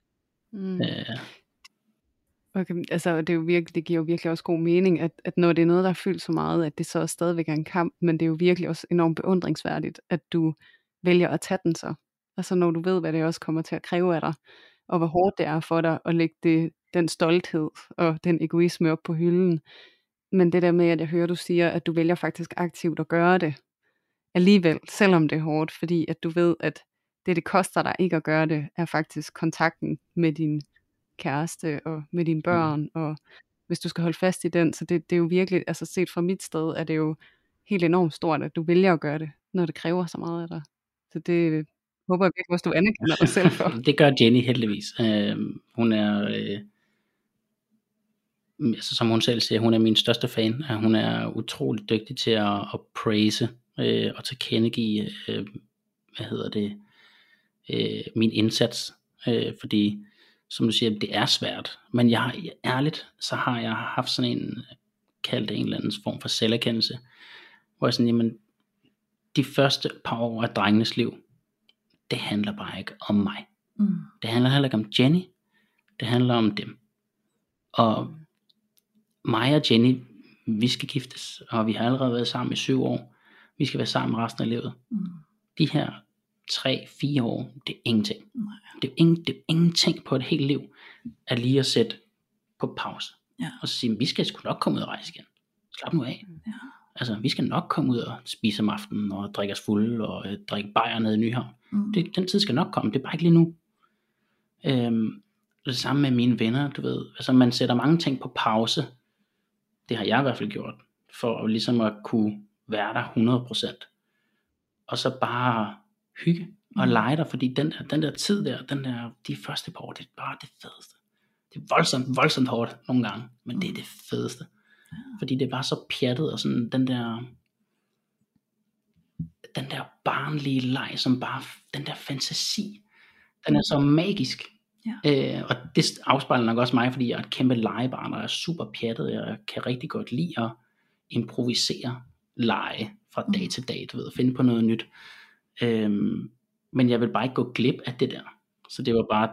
Okay, altså det giver jo virkelig også god mening, at når det er noget, der er fyldt så meget, at det så også stadigvæk er en kamp, men det er jo virkelig også enormt beundringsværdigt, at du vælger at tage den så. Altså når du ved, hvad det også kommer til at kræve af dig, og hvor hårdt det er for dig at lægge den stolthed og den egoisme op på hylden. Men det der med, at jeg hører, du siger, at du vælger faktisk aktivt at gøre det alligevel, selvom det er hårdt, fordi at du ved, at det koster dig ikke at gøre det, er faktisk kontakten med din kæreste og med dine børn, og hvis du skal holde fast i den, så det er jo virkelig, altså set fra mit sted, er det jo helt enormt stort, at du vælger at gøre det, når det kræver så meget af dig. Så det håber jeg virkelig også, du anerkender dig selv for. Det gør Jenny heldigvis. Hun er, altså, som hun selv siger, hun er min største fan. Hun er utrolig dygtig til at praise og tilkendegive, min indsats, fordi som du siger, det er svært, men ærligt, så har jeg haft sådan en, kaldt en eller anden form for selverkendelse, hvor jeg sådan, jamen, de første par år af drengenes liv, det handler bare ikke om mig. Det handler heller ikke om Jenny, det handler om dem. Og mig og Jenny, vi skal giftes, og vi har allerede været sammen i 7 år. Vi skal være sammen resten af livet. De her 3-4 år, det er ingenting. Det er ingenting på et helt liv, at lige at sætte på pause. Og så sige, vi skal sgu nok komme ud og rejse igen. Slap nu af. Altså, vi skal nok komme ud og spise om aftenen, og drikke os fulde, og drikke bajer nede i Nyhavn. Den tid skal nok komme, det er bare ikke lige nu. Det samme med mine venner, du ved. Altså, man sætter mange ting på pause. Det har jeg i hvert fald gjort, for ligesom at kunne være der 100%. Og så bare hygge og lege der, fordi den der tid der, de første par år, det er bare det fedeste. Det er voldsomt hårdt nogle gange, men det er det fedeste. Fordi det er bare så pjattet, og sådan den der barnlige leg, som bare, den der fantasi, den er så magisk. Og det afspejler nok også mig, fordi jeg er et kæmpe legebarn, og jeg er super pjattet. Jeg kan rigtig godt lide at improvisere lege fra dag til dag, du ved, finde på noget nyt. Men jeg vil bare ikke gå glip af det der. Så det var bare,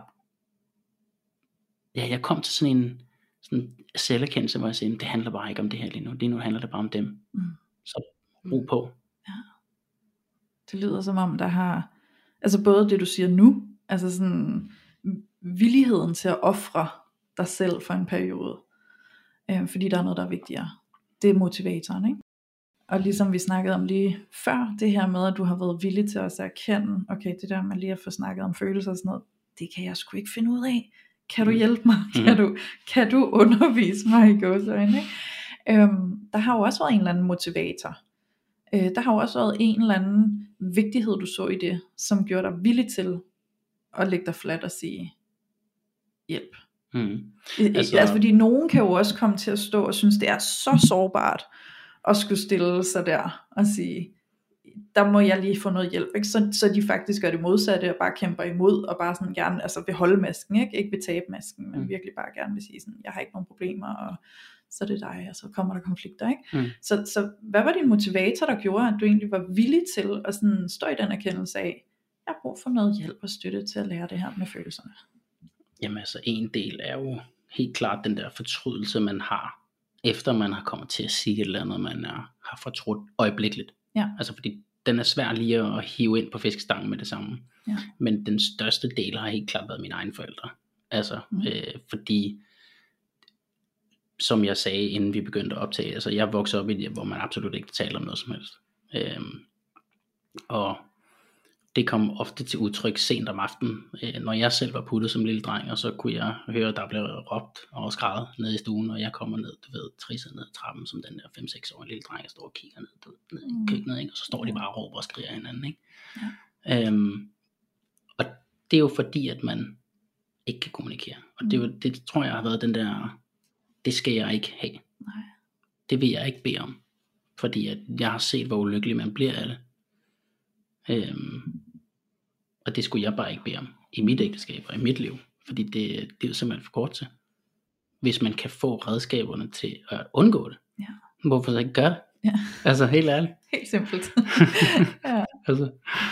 jeg kom til sådan en selverkendelse, hvor jeg siger, det handler bare ikke om det her lige nu. Lige nu handler det bare om dem. Så ro på. Det lyder som om der har, altså både det du siger nu, altså sådan villigheden til at ofre dig selv for en periode, fordi der er noget der er vigtigere. Det er motivatoren, ikke? Og ligesom vi snakkede om lige før, det her med, at du har været villig til også at erkende, okay, det der med lige at få snakket om følelser og sådan noget, det kan jeg sgu ikke finde ud af. Kan du hjælpe mig? Kan du undervise mig i gåseøjne? Der har jo også været en eller anden motivator. Der har jo også været en eller anden vigtighed, du så i det, som gjorde dig villig til at lægge dig fladt og sige hjælp. Altså fordi nogen kan jo også komme til at stå og synes, det er så sårbart at skulle stille sig der og sige, der må jeg lige få noget hjælp, ikke? Så de faktisk gør det modsatte og bare kæmper imod og bare sådan gerne, altså vil holde masken, ikke vil tabe masken, men virkelig bare gerne vil sige sådan, jeg har ikke nogen problemer, og så er det dig, og så kommer der konflikter, ikke? Så hvad var din motivator, der gjorde, at du egentlig var villig til at sådan stå i den erkendelse af, jeg har brug for noget hjælp og støtte til at lære det her med følelserne? Jamen altså, en del er jo helt klart den der fortrydelse, man har, efter man har kommet til at sige et eller andet, man har fortrudt øjeblikkeligt. Altså fordi den er svær lige at hive ind på fiskestangen med det samme. Men den største del har helt klart været mine egne forældre. Altså, fordi, som jeg sagde, inden vi begyndte at optage, altså jeg voksede op i det, hvor man absolut ikke taler om noget som helst. Og det kom ofte til udtryk sent om aftenen, når jeg selv var puttet som lille dreng, og så kunne jeg høre, at der blev råbt og skrædet nede i stuen, og jeg kommer ned, du ved, trisser ned ad trappen, som den der 5-6-årige lille dreng, der står og kigger ned, ned i køkkenet, ikke? Og så står de bare og råber og skriger hinanden, ikke? Og det er jo fordi, at man ikke kan kommunikere. Og det tror jeg har været den der, det skal jeg ikke have. Nej. Det vil jeg ikke bede om. Fordi at jeg har set, hvor ulykkelig man bliver af det. Og det skulle jeg bare ikke bede om i mit ægteskab og i mit liv. Fordi det er jo simpelthen for kort til. Hvis man kan få redskaberne til at undgå det, Ja. hvorfor så ikke gøre det? Ja. Altså helt ærligt. Helt simpelt. Ja. Altså.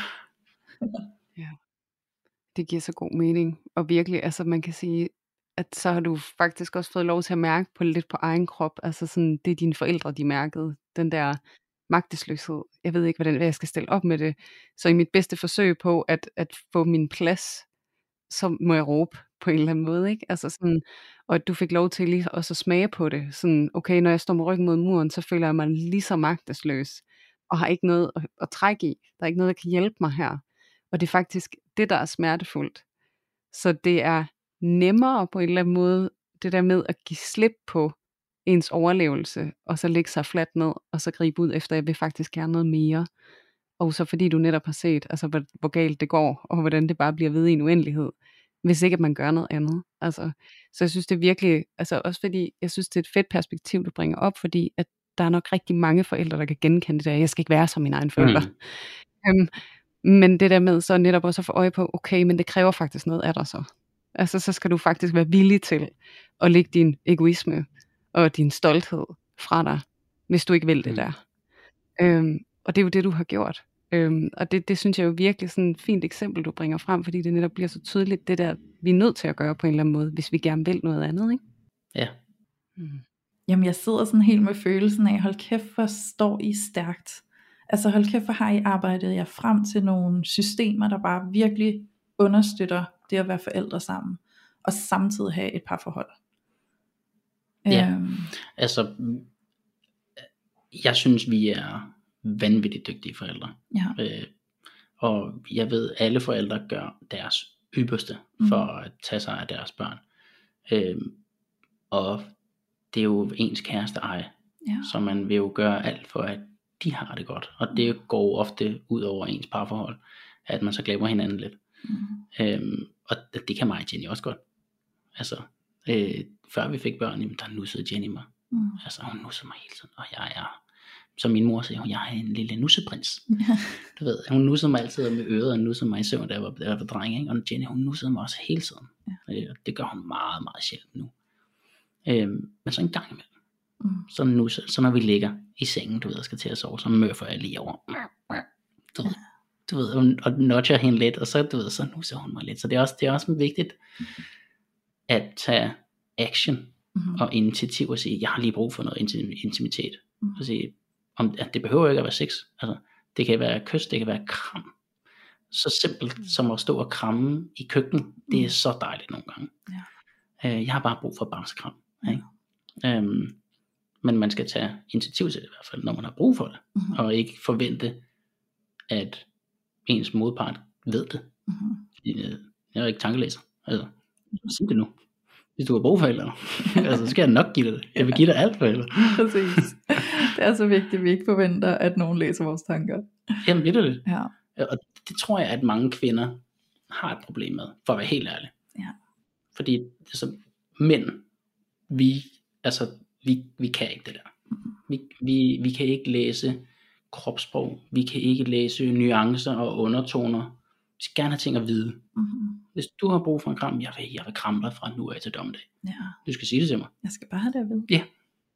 Ja. Det giver så god mening. Og virkelig, altså man kan sige, at så har du faktisk også fået lov til at mærke på lidt på egen krop. Altså sådan, det er dine forældre, de mærkede. Den der magtesløshed. Jeg ved ikke, hvad jeg skal stille op med det. Så i mit bedste forsøg på at få min plads, så må jeg råbe på en eller anden måde, ikke? Altså sådan, og at du fik lov til lige også at smage på det. Sådan, okay, når jeg står med ryggen mod muren, så føler jeg mig lige så magtesløs, og har ikke noget at trække i. Der er ikke noget, der kan hjælpe mig her. Og det er faktisk det, der er smertefuldt. Så det er nemmere på en eller anden måde, det der med at give slip på ens overlevelse, og så lægge sig fladt ned, og så gribe ud efter, jeg vil faktisk gerne noget mere. Og så fordi du netop har set, altså hvor galt det går, og hvordan det bare bliver ved i en uendelighed, hvis ikke at man gør noget andet. Altså, så jeg synes det er virkelig, altså også fordi, jeg synes det er et fedt perspektiv, du bringer op, fordi at der er nok rigtig mange forældre, der kan genkende det der, jeg skal ikke være som min egen forælder. Men det der med så netop også at få øje på, okay, men det kræver faktisk noget af dig så. Altså så skal du faktisk være villig til at lægge din egoisme og din stolthed fra dig, hvis du ikke vil det der. Og det er jo det, du har gjort. Og det synes jeg jo virkelig sådan et fint eksempel, du bringer frem, fordi det netop bliver så tydeligt, det der, vi er nødt til at gøre på en eller anden måde, hvis vi gerne vil noget andet, ikke? Ja. Jamen jeg sidder sådan helt med følelsen af, hold kæft, hvor står I stærkt. Altså hold kæft, hvor har I arbejdet jer frem til nogle systemer, der bare virkelig understøtter det at være forældre sammen, og samtidig have et parforhold. Ja, altså jeg synes vi er vanvittigt dygtige forældre. Ja. Og jeg ved alle forældre gør deres ypperste for at tage sig af deres børn. Og det er jo ens kæreste eje. Ja. Så man vil jo gøre alt for at de har det godt. Og det går ofte ud over ens parforhold, at man så glemmer hinanden lidt. Og det kan mig og Jenny også godt. Altså før vi fik børn, der nussede Jenny mig. Altså hun nussede mig hele tiden. Og jeg er, som min mor siger, jeg er en lille nusseprins. Du ved, hun nussede mig altid med øret, og nussede mig i søvn, da jeg var dreng, ikke? Og Jenny, hun nussede mig også hele tiden. Det gør hun meget, meget sjældent nu. Men så en gang imellem, så når vi ligger i sengen, du ved, og skal til at sove, så mørfer jeg lige over. Du ved, og nudger hende lidt, og så, du ved, så nusser hun mig lidt. Så det er også vigtigt at tage action og initiativ og sige, jeg har lige brug for noget intimitet. Og sige, at det behøver ikke at være sex. Altså, det kan være kys, det kan være kram. Så simpelt som at stå og kramme i køkkenet, det er så dejligt nogle gange. Jeg har bare brug for bamsekram. Men man skal tage initiativ til det i hvert fald, når man har brug for det. Og ikke forvente, at ens modpart ved det. Jeg er ikke tankelæser. Altså, sig det nu. Hvis du har brug for forældre, altså, så skal jeg nok give dig det. Jeg vil give dig alt forældre. Præcis. Det er så vigtigt, at vi ikke forventer, at nogen læser vores tanker. Jamen, bliver det. Ja. Og det tror jeg, at mange kvinder har et problem med, for at være helt ærlig. Ja. Fordi altså, mænd, vi kan ikke det der. Vi kan ikke læse kropssprog. Vi kan ikke læse nuancer og undertoner. Vi skal gerne have ting at vide. Hvis du har brug for en kram, jeg vil kramme dig fra nu af til dommedag. Ja. Du skal sige det til mig. Jeg skal bare have det at vide. Ja.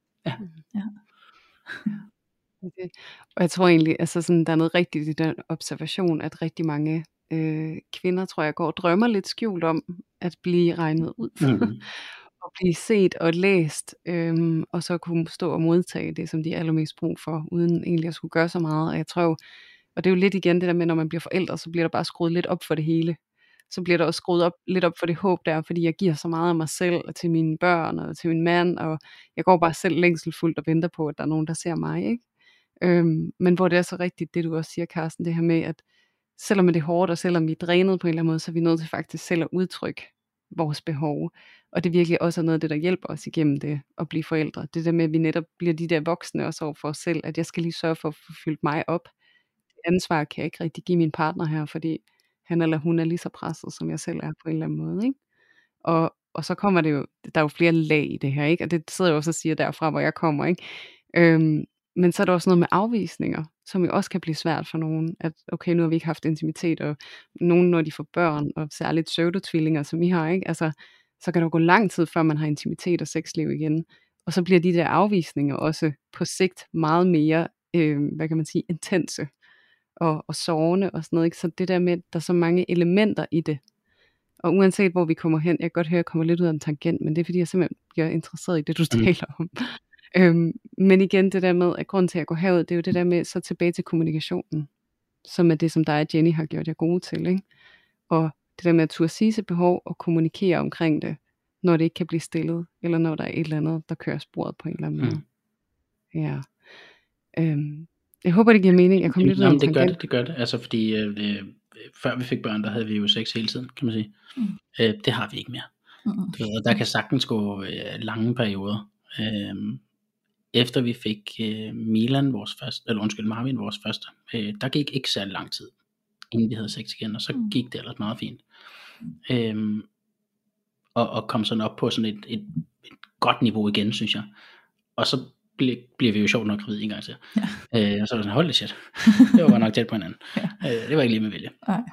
Okay. Og jeg tror egentlig, altså sådan, der er noget rigtigt i den observation, at rigtig mange kvinder, tror jeg, går og drømmer lidt skjult om at blive regnet ud. Og blive set og læst, og så kunne stå og modtage det, som de er allermest brug for, uden egentlig at skulle gøre så meget. Og jeg tror, og det er jo lidt igen det der med, når man bliver forældre, så bliver der bare skruet lidt op for det hele. Så bliver der også skruet lidt op for det håb der, fordi jeg giver så meget af mig selv, og til mine børn, og til min mand, og jeg går bare selv længselfuldt og venter på, at der er nogen, der ser mig, ikke? Men hvor det er så rigtigt, det du også siger, Carsten, det her med, at selvom det er hårdt, og selvom vi er drænet på en eller anden måde, så er vi nødt til faktisk selv at udtrykke vores behov. Og det virkelig også er noget af det, der hjælper os igennem det, at blive forældre. Det der med, at vi netop bliver de der voksne også over for os selv, at jeg skal lige sørge for at få fyldt mig op. Det ansvar kan jeg ikke rigtig give min partner her, fordi han eller hun er lige så presset, som jeg selv er på en eller anden måde, ikke? Og så kommer det jo, der er jo flere lag i det her, ikke? Og det sidder jeg også og siger derfra, hvor jeg kommer, ikke? Men så er der også noget med afvisninger, som jo også kan blive svært for nogen, at okay, nu har vi ikke haft intimitet, og nogen, når de får børn, og særligt pseudotvillinger, som I har, ikke? Altså, så kan der jo gå lang tid, før man har intimitet og sexliv igen. Og så bliver de der afvisninger også på sigt meget mere, hvad kan man sige, intense og sårende og sådan noget, ikke? Så det der med, at der er så mange elementer i det. Og uanset hvor vi kommer hen, jeg kan godt høre, at jeg kommer lidt ud af en tangent, men det er fordi, jeg simpelthen bliver interesseret i det, du taler om. Men igen, det der med, at grunden til at gå herud, det er jo det der med, så tilbage til kommunikationen, som er det, som dig og Jenny har gjort jer gode til, ikke? Og det der med at turde sige sit behov og kommunikere omkring det, når det ikke kan blive stillet, eller når der er et eller andet, der kører sporet på en eller anden måde. Ja. Jeg håber, det giver mening. Jeg kom lidt ud af en tangent. Det gør det. Altså fordi før vi fik børn, der havde vi jo sex hele tiden, kan man sige. Det har vi ikke mere. Der kan sagtens gå lange perioder. Efter vi fik Marvin, vores første, der gik ikke særlig lang tid, inden vi havde sex igen, og så gik det ellers meget fint. Og kom sådan op på sådan et godt niveau igen, synes jeg. Og så bliver vi jo sjovt nok gravid en gang til. Ja. Og så var det sådan, hold det shit. Det var godt nok tæt på hinanden. Det var ikke lige med vilje.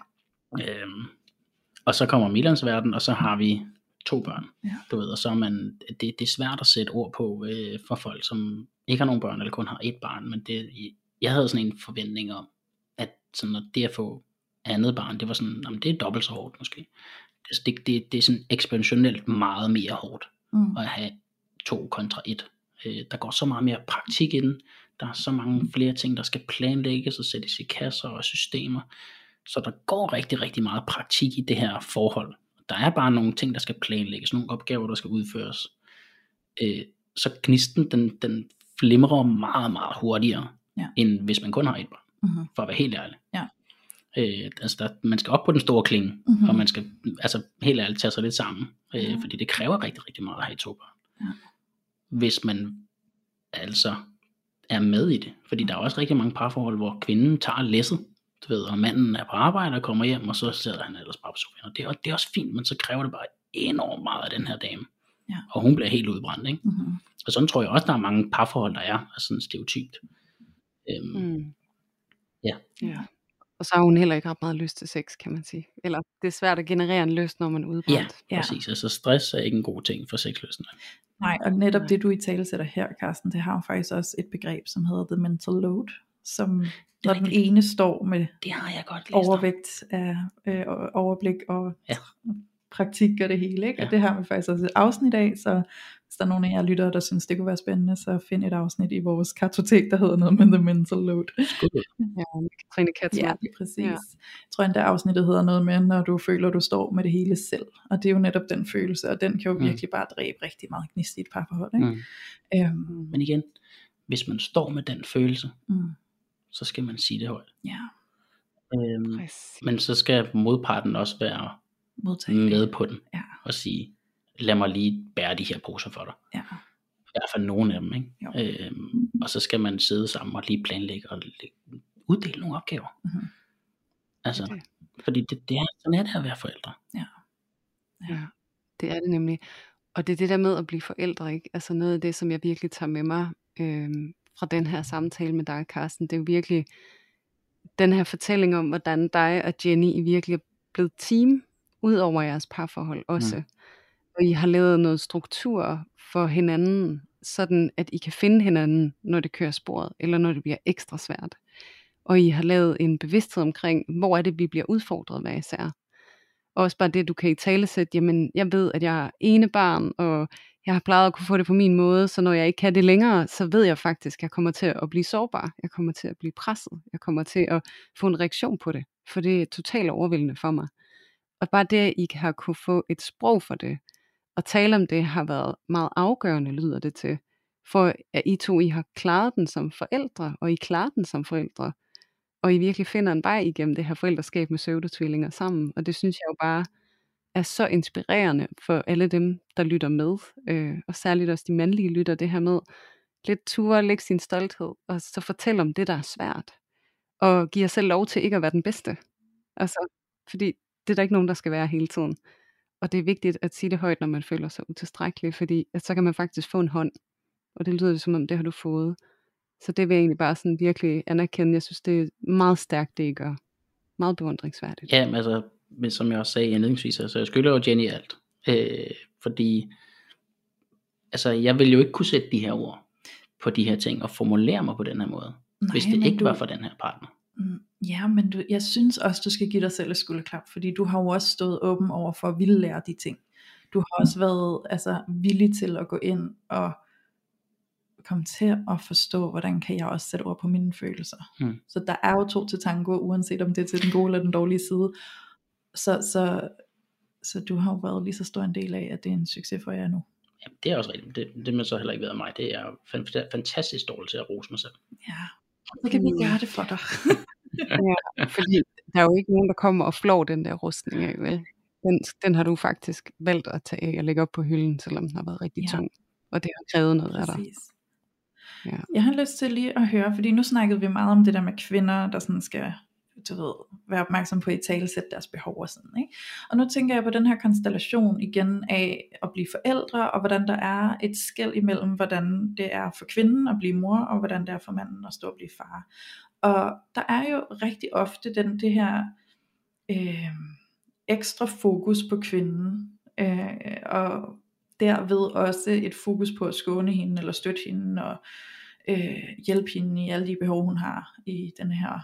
Og så kommer Milans verden, og så har vi 2 børn. Du ved, og så er man, det er svært at sætte ord på for folk, som ikke har nogen børn, eller kun har 1 barn. Men jeg havde sådan en forventning om, at sådan, når det at få andet barn, det var sådan, jamen, det er dobbelt så hårdt måske. Det er sådan eksponentielt meget mere hårdt at have 2 kontra 1. Der går så meget mere praktik i den. Der er så mange flere ting, der skal planlægges og sættes i kasser og systemer. Så der går rigtig, rigtig meget praktik i det her forhold. Der er bare nogle ting, der skal planlægges, nogle opgaver, der skal udføres. Så gnisten, den flimrer meget, meget hurtigere, end hvis man kun har 1 barn. For at være helt ærlig. Man skal op på den store klinge, og man skal helt ærligt tage sig lidt sammen. Fordi det kræver rigtig, rigtig meget at have 2 børn. Hvis man altså er med i det. Fordi der er også rigtig mange parforhold, hvor kvinden tager læsset, du ved, og manden er på arbejde og kommer hjem, og så sidder han ellers bare på sofaen. Og det er også fint, men så kræver det bare enormt meget af den her dame. Og hun bliver helt udbrændt, ikke? Og sådan tror jeg også, der er mange parforhold, der er sådan stereotypt. Og så har hun heller ikke ret meget lyst til sex, kan man sige. Eller det er svært at generere en lyst, når man er udbrændt. Ja, præcis. Altså stress er ikke en god ting for sexlysten. Nej, og netop det du i tale sætter her, Carsten, det har jo faktisk også et begreb, som hedder the mental load, som når den ene står med det har jeg godt læst overvægt af overblik og praktik og det hele, ikke? Og det har vi faktisk også et afsnit af, så hvis der er nogen af jer lyttere, der synes det kunne være spændende, så find et afsnit i vores kartotek, der hedder noget med the mental load. Katrine Katzmann. Ja, præcis. Jeg tror endda afsnittet hedder noget med, når du føler, du står med det hele selv, og det er jo netop den følelse, og den kan jo virkelig bare dræbe rigtig meget gnist i et parforhold, ikke? Men igen, hvis man står med den følelse, så skal man sige det højt. Men så skal modparten også være med på den, og sige, lad mig lige bære de her poser for dig. I hvert fald nogle af dem, ikke? Og så skal man sidde sammen og lige planlægge og uddele nogle opgaver. Fordi det er sådan er det at være forældre. Ja, det er det nemlig. Og det er det der med at blive forældre, ikke? Altså noget af det, som jeg virkelig tager med mig fra den her samtale med dig, Carsten, det er jo virkelig den her fortælling om, hvordan dig og Jenny I virkelig er blevet team ud over jeres parforhold også. Og I har lavet noget struktur for hinanden, sådan at I kan finde hinanden, når det kører sporet, eller når det bliver ekstra svært. Og I har lavet en bevidsthed omkring, hvor er det, vi bliver udfordret hver især. Og også bare det, du kan i talesætte, jamen jeg ved, at jeg er ene barn, og jeg har plejet at kunne få det på min måde, så når jeg ikke kan det længere, så ved jeg faktisk, at jeg kommer til at blive sårbar. Jeg kommer til at blive presset. Jeg kommer til at få en reaktion på det, for det er totalt overvældende for mig. Og bare det, at I har kunne få et sprog for det, og tale om det, har været meget afgørende, lyder det til. For at I to, I har klaret den som forældre, og I klarer den som forældre. Og I virkelig finder en vej igennem det her forældreskab med pseudotvillinger sammen. Og det synes jeg jo bare er så inspirerende for alle dem, der lytter med. Og særligt også de mandlige lytter, det her med lidt ture, lægge sin stolthed, og så fortælle om det, der er svært. Og give jer selv lov til ikke at være den bedste. Altså, fordi det er der ikke nogen, der skal være hele tiden. Og det er vigtigt at sige det højt, når man føler sig utilstrækkelig, fordi at så kan man faktisk få en hånd, og det lyder som om, det har du fået. Så det vil jeg egentlig bare sådan virkelig anerkende. Jeg synes, det er meget stærkt, det I gør. Meget beundringsværdigt. Ja, men altså, men som jeg også sagde indledningsvis, altså jeg skylder jo Jenny alt. Fordi, altså jeg vil jo ikke kunne sætte de her ord på de her ting, og formulere mig på den her måde, hvis det ikke var for den her partner. Ja, men jeg synes også, du skal give dig selv et skulderklap, fordi du har jo også stået åben over for at ville lære de ting. Du har også været villig til at gå ind og komme til at forstå, hvordan kan jeg også sætte ord på mine følelser. Så der er jo 2 til tango, uanset om det er til den gode eller den dårlige side. Så du har jo været lige så stor en del af, at det er en succes for jer nu. Jamen, det er også rigtigt. Det må så heller ikke være mig. Det er fantastisk dårligt til at rose mig selv. Ja, så kan vi gøre det for dig. Ja, fordi der er jo ikke nogen, der kommer og flår den der rustning af, vel? Den har du faktisk valgt at tage af og lægge op på hylden, selvom den har været rigtig tung. Og det har krævet noget af dig. Ja. Jeg har lyst til lige at høre, fordi nu snakkede vi meget om det der med kvinder, der sådan skal, være opmærksom på at italesætte deres behov og sådan, ikke? Og nu tænker jeg på den her konstellation igen af at blive forældre, og hvordan der er et skel imellem, hvordan det er for kvinden at blive mor, og hvordan det er for manden at stå og blive far. Og der er jo rigtig ofte det her ekstra fokus på kvinden, og derved også et fokus på at skåne hende, eller støtte hende, og hjælpe hende i alle de behov, hun har i den her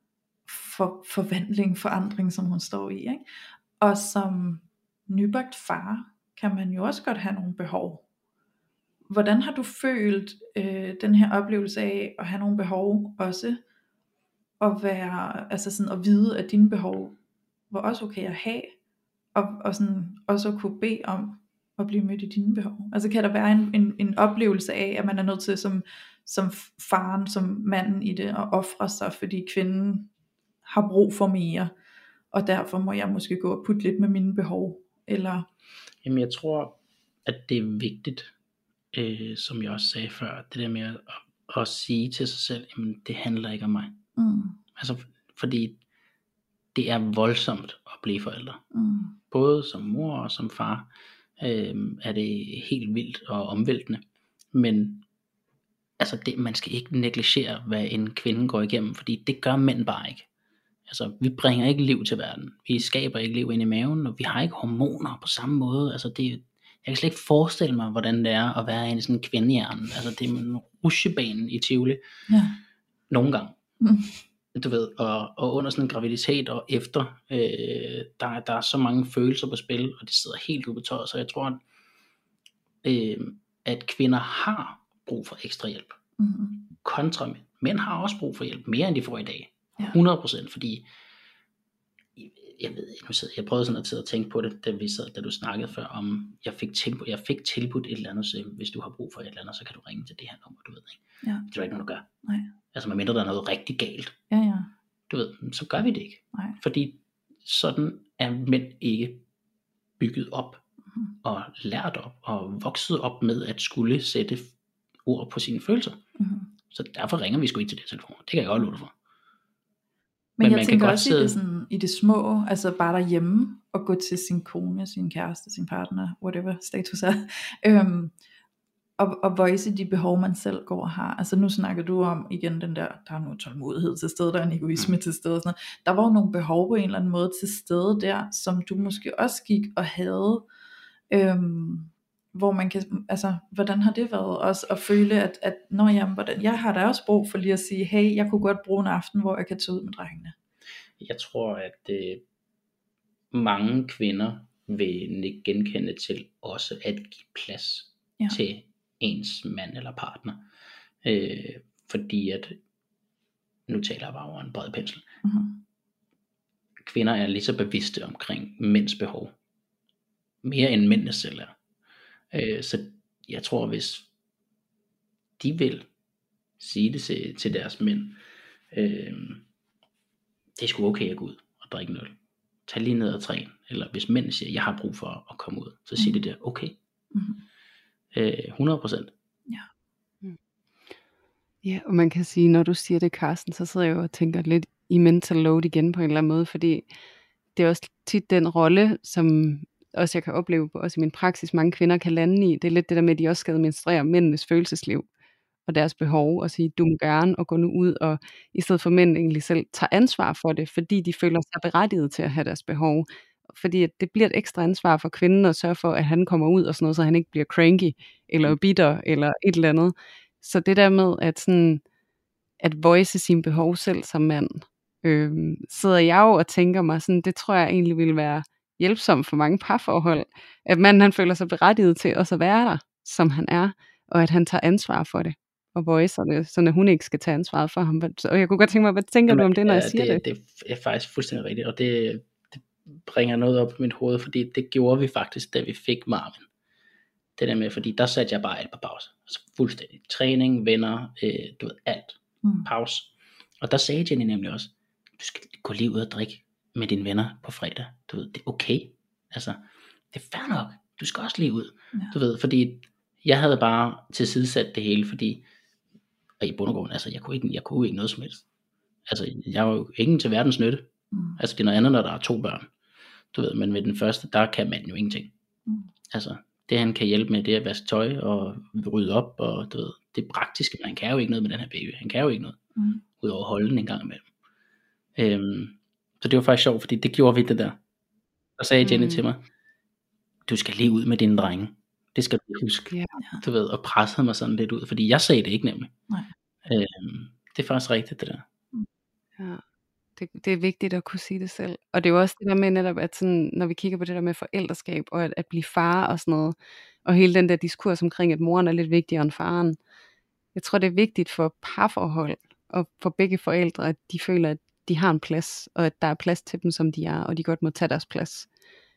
forandring, som hun står i, ikke? Og som nybagt far, kan man jo også godt have nogle behov. Hvordan har du følt den her oplevelse af at have nogle behov også, at være, altså sådan at vide, at dine behov var også okay at have, og sådan også at kunne bede om at blive mødt i dine behov? Altså kan der være en oplevelse af, at man er nødt til som faren, som manden i det, at ofre sig, fordi kvinden har brug for mere, og derfor må jeg måske gå og putte lidt med mine behov, eller? Jamen jeg tror, at det er vigtigt, som jeg også sagde før, det der med at sige til sig selv, jamen det handler ikke om mig. Altså fordi det er voldsomt at blive forældre. Både som mor og som far er det helt vildt og omvæltende. Men altså man skal ikke negligere, hvad en kvinde går igennem, fordi det gør mænd bare ikke. Altså vi bringer ikke liv til verden. Vi skaber ikke liv ind i maven, og vi har ikke hormoner på samme måde. Altså jeg kan slet ikke forestille mig, hvordan det er at være i sådan en kvindehjerne. Altså det er en rutsjebane i Tivoli. Ja. Nogle gange. Du ved, og under sådan en graviditet og efter, der er så mange følelser på spil, og det sidder helt ude på tøjet, så jeg tror, at kvinder har brug for ekstra hjælp. Kontra mænd. Mænd har også brug for hjælp, mere end de får i dag. 100%, fordi jeg prøvede sådan at tænke på det, da du snakkede før om, jeg fik tilbudt et eller andet, så hvis du har brug for et eller andet, så kan du ringe til det her nummer, du ved ikke. Ja. Det er ikke noget, du gør. Nej. Altså medmindre der er noget rigtig galt. Ja. Du ved, så gør vi det ikke. Nej. Fordi sådan er mænd ikke bygget op, og lært op, og vokset op med at skulle sætte ord på sine følelser. Så derfor ringer vi sgu ikke til det telefon. Det kan jeg godt love dig for. Men jeg tænker også i det, sådan, i det små, altså bare derhjemme, og gå til sin kone, sin kæreste, sin partner, whatever status er, og voice de behov, man selv går og har. Altså nu snakker du om igen den der er noget tålmodighed til stede, der er en egoisme til stede, og sådan noget. Der var jo nogle behov på en eller anden måde til stede der, som du måske også gik og havde, hvor man kan, altså hvordan har det været også at føle, at jeg har da også brug for lige at sige, hey, jeg kunne godt bruge en aften, hvor jeg kan tage ud med drengene. Jeg tror, at mange kvinder vil genkende til også at give plads til ens mand eller partner, fordi at nu taler jeg bare over en bred pensel. Kvinder er lige så bevidste omkring mænds behov, mere end mændene selv er. Så jeg tror, hvis de vil sige det til deres mænd, det er sgu okay at gå ud og drikke en øl. Tag lige ned og træne. Eller hvis mænd siger, jeg har brug for at komme ud, så siger det der, okay. 100%. Ja, og man kan sige, når du siger det, Carsten, så sidder jeg jo og tænker lidt i mental load igen på en eller anden måde, fordi det er også tit den rolle, som også jeg kan opleve på, også i min praksis, mange kvinder kan lande i. Det er lidt det der med, at de også skal administrere mændenes følelsesliv og deres behov, og sige, du må gerne, og gå nu ud, og i stedet for mænd egentlig selv tager ansvar for det, fordi de føler sig berettiget til at have deres behov. Fordi at det bliver et ekstra ansvar for kvinden at sørge for, at han kommer ud og sådan noget, så han ikke bliver cranky, eller bitter, eller et eller andet. Så det der med, at voice sine behov selv som mand, sidder jeg jo og tænker mig sådan, det tror jeg egentlig ville være hjælpsomt for mange parforhold, at manden han føler sig berettiget til også at være der, som han er, og at han tager ansvar for det, og voicer det, så hun ikke skal tage ansvaret for ham. Og jeg kunne godt tænke mig, hvad tænker du om det, når jeg siger det? Det er faktisk fuldstændig rigtigt, og det bringer noget op i mit hoved, fordi det gjorde vi faktisk, da vi fik Marvin. Det der med, fordi der satte jeg bare alt på pause. Altså fuldstændig. Træning, venner, du ved, alt. Pause. Og der sagde Jenny nemlig også, du skal gå lige ud og drikke med dine venner på fredag. Du ved, det er okay. Altså, det er fair nok. Du skal også lige ud. Ja. Du ved, fordi jeg havde bare tilsidesat det hele, fordi, og i bund og grund, altså, jeg kunne ikke noget som helst. Altså, jeg var jo ingen til verdens nytte. Altså, det er noget andet, når der er 2 børn. Du ved, men med den første, der kan man jo ingenting. Altså, det han kan hjælpe med, det er at vaske tøj og rydde op, og du ved, det er praktisk, men han kan jo ikke noget med den her baby. Han kan jo ikke noget, udover at holde den en gang imellem. Så det var faktisk sjovt, fordi det gjorde vi det der. Og sagde Jenny til mig, du skal lige ud med dine drenge. Det skal du huske. Du ved, og pressede mig sådan lidt ud, fordi jeg sagde det ikke nemlig. Det er faktisk rigtigt det der. Ja. Det er vigtigt at kunne sige det selv. Og det er jo også det der med netop, at sådan, når vi kigger på det der med forældreskab, og at blive far og sådan noget, og hele den der diskurs omkring, at moren er lidt vigtigere end faren. Jeg tror, det er vigtigt for parforhold, og for begge forældre, at de føler, at de har en plads, og at der er plads til dem, som de er, og de godt må tage deres plads.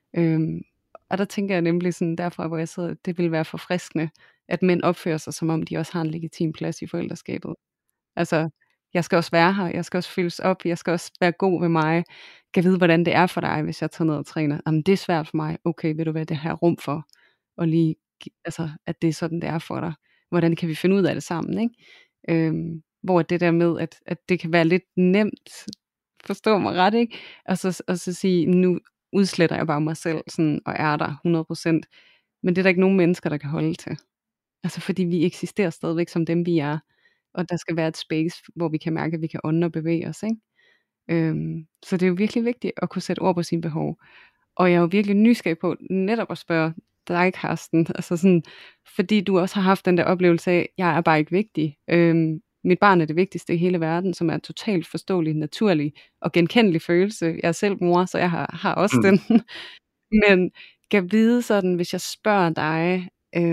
Og der tænker jeg nemlig sådan, derfra hvor jeg sidder, det vil være forfriskende, at mænd opfører sig, som om de også har en legitim plads i forældreskabet. Altså, jeg skal også være her, jeg skal også fyldes op, jeg skal også være god ved mig, kan vide, hvordan det er for dig, hvis jeg tager ned og træner. Jamen, det er svært for mig. Okay, ved du hvad, det her rum for, og lige, altså, at det er sådan, det er for dig. Hvordan kan vi finde ud af det sammen, ikke? Hvor det der med, at det kan være lidt nemt, forstå mig ret, ikke? Og så sige, nu udsletter jeg bare mig selv, sådan, og er der 100%. Men det er der ikke nogen mennesker, der kan holde til. Altså, fordi vi eksisterer stadigvæk som dem, vi er. Og der skal være et space, hvor vi kan mærke, at vi kan ånde og bevæge os, ikke? Så det er jo virkelig vigtigt at kunne sætte ord på sine behov. Og jeg er jo virkelig nysgerrig på netop at spørge dig, Karsten, altså sådan, fordi du også har haft den der oplevelse af, jeg er bare ikke vigtig. Mit barn er det vigtigste i hele verden, som er en totalt forståelig, naturlig og genkendelig følelse. Jeg er selv mor, så jeg har også den. Men kan vide sådan, hvis jeg spørger dig,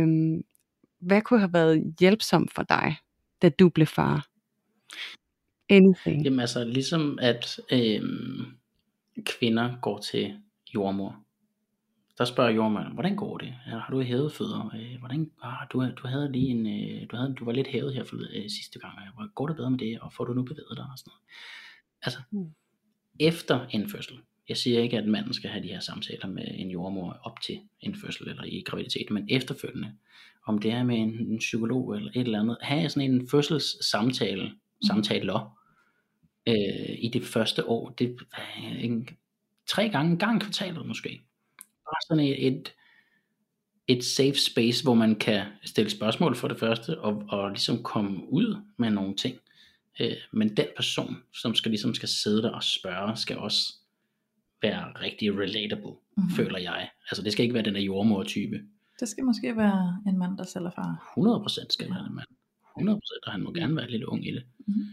hvad kunne have været hjælpsomt for dig, da du blev far? Anything. Jamen altså, ligesom at kvinder går til jordmor. Der spørger jordmoren, hvordan går det? Har du hævet fødder? Hvordan? Du havde lige en, du var lidt hævet her sidste gang. Går det bedre med det? Og får du nu bevæget dig? Og sådan noget. Altså, efter en fødsel. Jeg siger ikke, at manden skal have de her samtaler med en jordmor op til en fødsel eller i graviditet, men efterfølgende. Om det er med en psykolog eller et eller andet. Have sådan en fødselssamtale, i det første år. Det er 3 gange en gang i kvartalet måske. Bare sådan et safe space, hvor man kan stille spørgsmål for det første, og ligesom komme ud med nogle ting. Men den person, som skal sidde der og spørge, skal også være rigtig relatable, føler jeg. Altså det skal ikke være den der jordmor-type. Det skal måske være en mand, der selv er far. 100% skal være en mand. 100%, og han må gerne være lidt ung i det.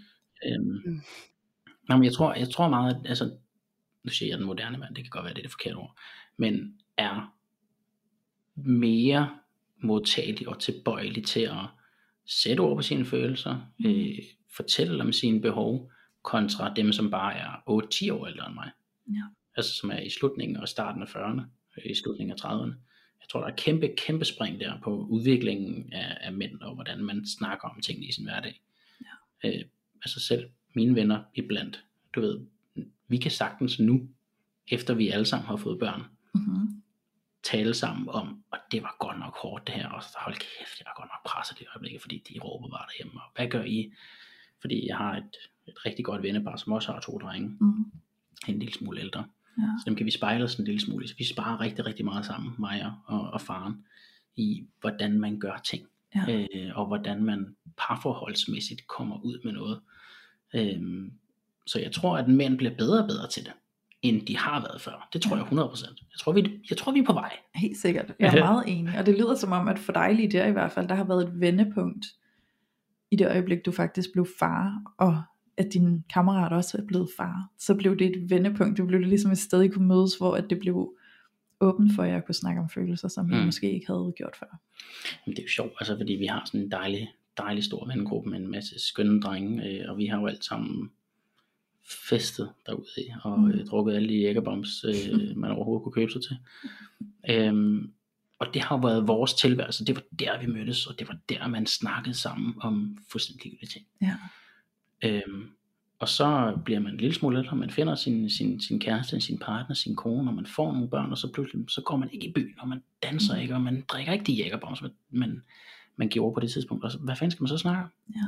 Men jeg tror meget, at, altså, nu siger jeg den moderne mand, det kan godt være, det er det forkerte ord, men er mere modtagelig og tilbøjelig til at sætte ord på sine følelser, fortælle om sine behov, kontra dem, som bare er 8-10 år ældre end mig. Ja. Altså som er i slutningen og starten af 40'erne, i slutningen af 30'erne. Jeg tror, der er kæmpe spring der på udviklingen af mænd, og hvordan man snakker om tingene i sin hverdag. Ja. Altså selv mine venner iblandt, du ved, vi kan sagtens nu, efter vi alle sammen har fået børn, tale sammen om, og det var godt nok hårdt det her, og hold kæft, jeg var godt nok presset det øjeblik, fordi de råber bare derhjemme, og hvad gør I? Fordi jeg har et rigtig godt vennepar, som også har 2 drenge, en lille smule ældre, Så dem kan vi spejle os en lille smule. Så vi sparer rigtig, rigtig meget sammen, mig og faren, i hvordan man gør ting. Og hvordan man parforholdsmæssigt kommer ud med noget. Så jeg tror, at mænd bliver bedre og bedre til det, end de har været før. Det tror jeg 100%. Jeg tror vi er på vej. Helt sikkert. Jeg er meget enig. Og det lyder som om, at for dig lige der i hvert fald, der har været et vendepunkt i det øjeblik, du faktisk blev far, og at din kammerat også er blevet far. Så blev det et vendepunkt. Det blev det ligesom et sted, I kunne mødes, hvor at det blev åbent for jer at kunne snakke om følelser, som I måske ikke havde gjort før. Men det er jo sjovt, altså, fordi vi har sådan en dejlig stor vennegruppe med en masse skønne drenge, og vi har jo alt sammen festet derude og drukket alle de jækkerbombs, man overhovedet kunne købe sig til. Og det har været vores tilværelse. Det var der vi mødtes, og det var der man snakkede sammen om fuldstændig ligegyldige ting. Og så bliver man en lille smule ældre, man finder sin kæreste, sin partner, sin kone, og man får nogle børn, og så pludselig så går man ikke i byen, og man danser ikke, og man drikker ikke de jækkerbombs, man gjorde på det tidspunkt. Og så, hvad fanden skal man så snakke om?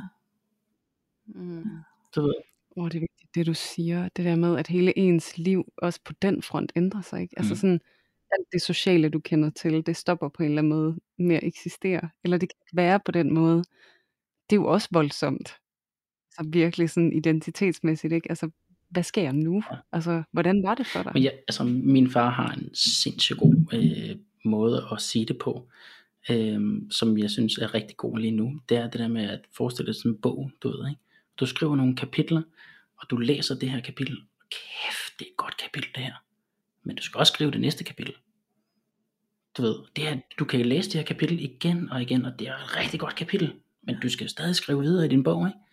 Du ved. Det er vigtigt, det du siger, det der med, at hele ens liv også på den front ændrer sig, ikke? Altså sådan, alt det sociale, du kender til, det stopper på en eller anden måde med at eksistere, eller det kan være på den måde. Det er jo også voldsomt. Så virkelig sådan identitetsmæssigt, ikke? Altså, hvad sker nu? Altså, hvordan var det for dig? Men min far har en sindssygt god måde at sige det på, som jeg synes er rigtig god lige nu. Det er det der med at forestille dig sådan en bog, du ved, ikke? Du skriver nogle kapitler, og du læser det her kapitel. Kæft, det er et godt kapitel det her. Men du skal også skrive det næste kapitel. Du ved, du kan læse det her kapitel igen og igen, og det er et rigtig godt kapitel. Men du skal stadig skrive videre i din bog, ikke?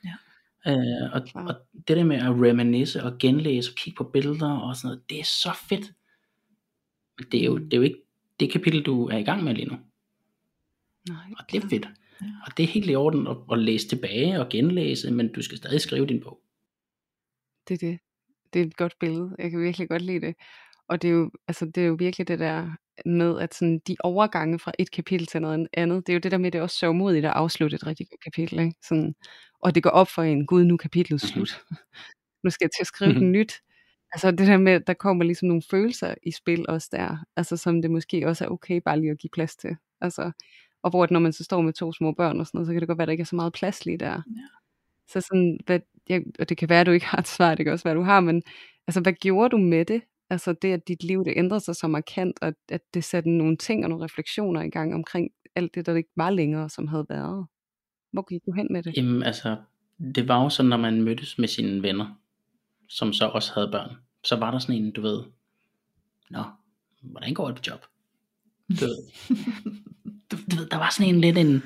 Og det der med at reminisce og genlæse og kigge på billeder og sådan noget, det er så fedt. Det er jo ikke det kapitel du er i gang med lige nu. Nej, og det er fedt. Og det er helt i orden at læse tilbage og genlæse, men du skal stadig skrive din bog. Det er et godt billede. Jeg kan virkelig godt lide det. Og det er jo virkelig det der med, at sådan de overgange fra et kapitel til noget andet, det er jo det der med, det er også sørgmodigt at afslutte et rigtig godt kapitel, ikke? Sådan, og det går op for en, gud, nu er kapitlet slut. Nu skal jeg til at skrive den nyt. Altså det der med, der kommer ligesom nogle følelser i spil også der, altså som det måske også er okay bare lige at give plads til. Altså, og hvor når man så står med 2 små børn og sådan noget, så kan det godt være, at der ikke er så meget plads lige der. Så sådan, og det kan være, at du ikke har et svar, det kan også være, at du har, men altså, hvad gjorde du med det? Altså det, at dit liv det ændrede sig så markant, og at det satte nogle ting og nogle refleksioner i gang omkring alt det, der ikke var længere, som havde været. Hvor gik du hen med det? Jamen altså, det var jo sådan, når man mødtes med sine venner, som så også havde børn, så var der sådan en, du ved, hvordan går det på job? Du ved, der var sådan en lidt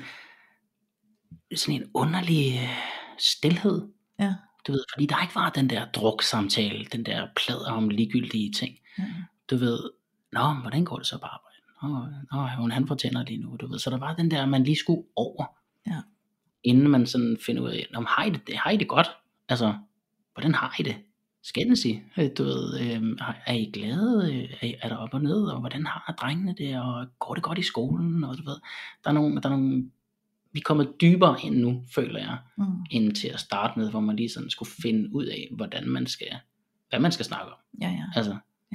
sådan en underlig stilhed. Du ved, fordi der ikke var den der druksamtale, den der plader om ligegyldige ting. Du ved, hvordan går det så på arbejde? Han fortæller lige nu, du ved. Så der var den der, man lige skulle over, inden man sådan finder ud af, har I det godt? Altså, hvordan har I det? Skændes I? Du ved, er I glade? Er der op og ned? Og hvordan har drengene det? Og går det godt i skolen? Og du ved, der er nogle vi er kommet dybere ind nu, føler jeg, end til at starte med, hvor man lige sådan skulle finde ud af, hvad man skal snakke om. Altså.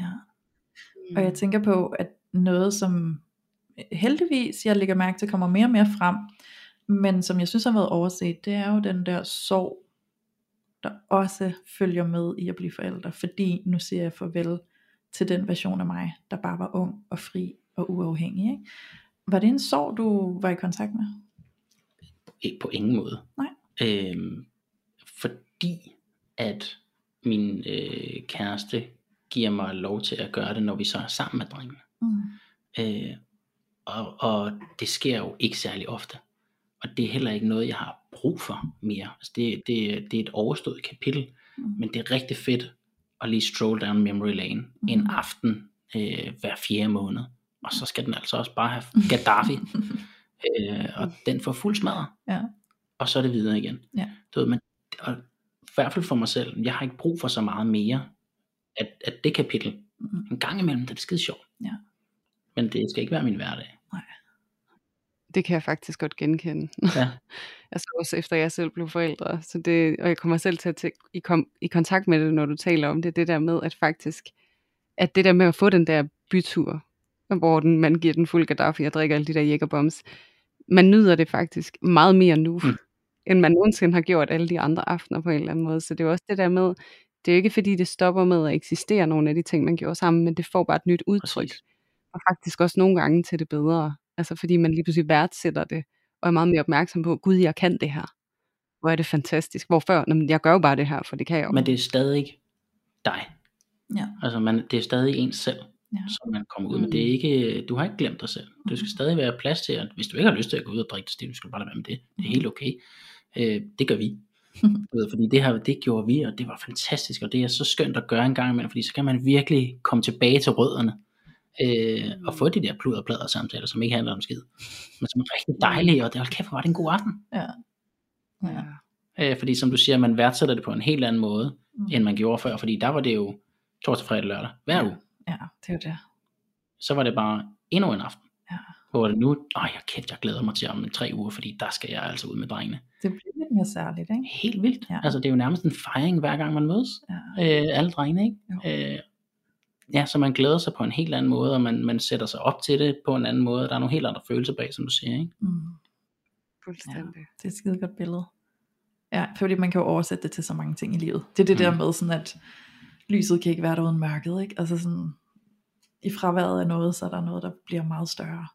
Og jeg tænker på, at noget som heldigvis, jeg lægger mærke til, kommer mere og mere frem, men som jeg synes har været overset, det er jo den der sorg, der også følger med i at blive forældre, fordi nu siger jeg farvel til den version af mig, der bare var ung og fri og uafhængig, ikke? Var det en sorg, du var i kontakt med? Ikke på ingen måde. Nej. Fordi at min kæreste giver mig lov til at gøre det, når vi så er sammen med drengene. Og det sker jo ikke særlig ofte. Og det er heller ikke noget, jeg har brug for mere. Altså det er et overstået kapitel, men det er rigtig fedt at lige stroll down memory lane en aften hver 4. måned. Og så skal den altså også bare have Gaddafi. Og den får fuld smadret. Og så er det videre igen. Du ved, men og i hvert fald for mig selv, jeg har ikke brug for så meget mere at det kapitel. En gang imellem, det er skide sjovt. Men det skal ikke være min hverdag. Nej. Det kan jeg faktisk godt genkende. Altså også efter jeg selv blev forældre. Så og jeg kommer selv til at i kontakt med det, når du taler om det. Det der med, at faktisk at det der med at få den der bytur, hvor man giver den fuld Gaddafi og drikker alle de der Jägerbombs, man nyder det faktisk meget mere nu, end man nogensinde har gjort alle de andre aftener på en eller anden måde. Så det er jo også det der med, det er jo ikke fordi det stopper med at eksistere nogle af de ting, man gjorde sammen, men det får bare et nyt udtryk. Præcis. Og faktisk også nogle gange til det bedre. Altså fordi man lige pludselig værdsætter det, og er meget mere opmærksom på, gud, jeg kan det her. Hvor er det fantastisk. Hvor før, jeg gør jo bare det her, for det kan jeg jo. Men det er stadig dig. Ja. Altså det er stadig ens selv, som man kommer ud med. Det er ikke, du har ikke glemt dig selv. Du skal stadig være plads til, at hvis du ikke har lyst til at gå ud og drikke det, du skal bare lade være med det. Det er helt okay. Det gør vi. Fordi det gjorde vi, og det var fantastisk, og det er så skønt at gøre en gang imellem, fordi så kan man virkelig komme tilbage til rødderne, og få de der pludderplader samtaler, som ikke handler om skid, men som er rigtig dejlige, og det, hold kæft, hvor var det en god aften. Fordi som du siger, man værdsætter det på en helt anden måde, end man gjorde før, fordi der var det jo torsdag, fredag, lørdag, hver uge. Ja, det er jo det. Så var det bare endnu en aften. Hvor det nu, jeg glæder mig til om 3 uger, fordi der skal jeg altså ud med drengene. Det bliver lidt mere særligt, ikke? Helt vildt. Altså det er jo nærmest en fejring, hver gang man mødes. Alle drengene, ikke? Så man glæder sig på en helt anden måde, og man sætter sig op til det på en anden måde. Der er nogle helt andre følelser bag, som du siger, ikke? Fuldstændig. Det er et skide godt billede. Ja, fordi man kan jo oversætte det til så mange ting i livet. Det er det der med sådan, at lyset kan ikke være der uden mørket, ikke? Altså sådan, i fraværet af noget, så er der noget, der bliver meget større.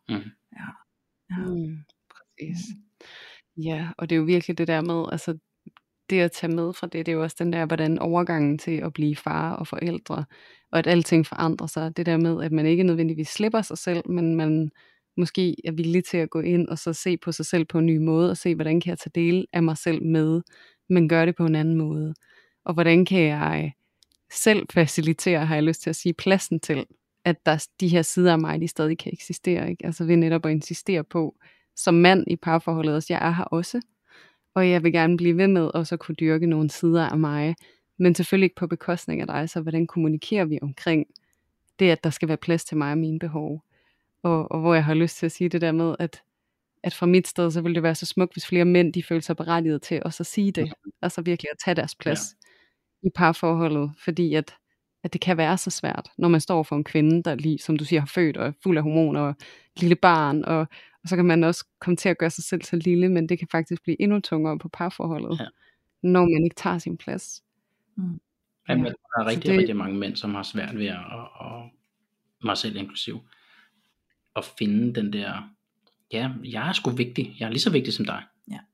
Præcis. Ja, og det er jo virkelig det der med, altså det at tage med fra det er jo også den der, hvordan overgangen til at blive far og forældre, og at alting forandrer sig. Det der med, at man ikke nødvendigvis slipper sig selv, men man måske er villig til at gå ind og så se på sig selv på en ny måde, og se, hvordan kan jeg tage del af mig selv med, men gøre det på en anden måde. Og hvordan kan jeg selv facilitere, har jeg lyst til at sige, pladsen til, at der de her sider af mig, de stadig kan eksistere, ikke? Altså ved netop at insistere på, som mand i parforholdet også, jeg er her også, og jeg vil gerne blive ved med også at kunne dyrke nogle sider af mig, men selvfølgelig ikke på bekostning af dig, så hvordan kommunikerer vi omkring det, at der skal være plads til mig og mine behov, og hvor jeg har lyst til at sige det der med, at fra mit sted, så ville det være så smukt, hvis flere mænd, de føler sig berettiget til også at sige det, altså virkelig at tage deres plads i parforholdet, fordi at det kan være så svært, når man står for en kvinde, der lige, som du siger, har født og er fuld af hormoner og lille barn, og så kan man også komme til at gøre sig selv så lille, men det kan faktisk blive endnu tungere på parforholdet, når man ikke tager sin plads. Jamen, der er rigtig mange mænd, som har svært ved at mig selv inklusiv, at finde den der, jeg er sgu vigtig, jeg er lige så vigtig som dig.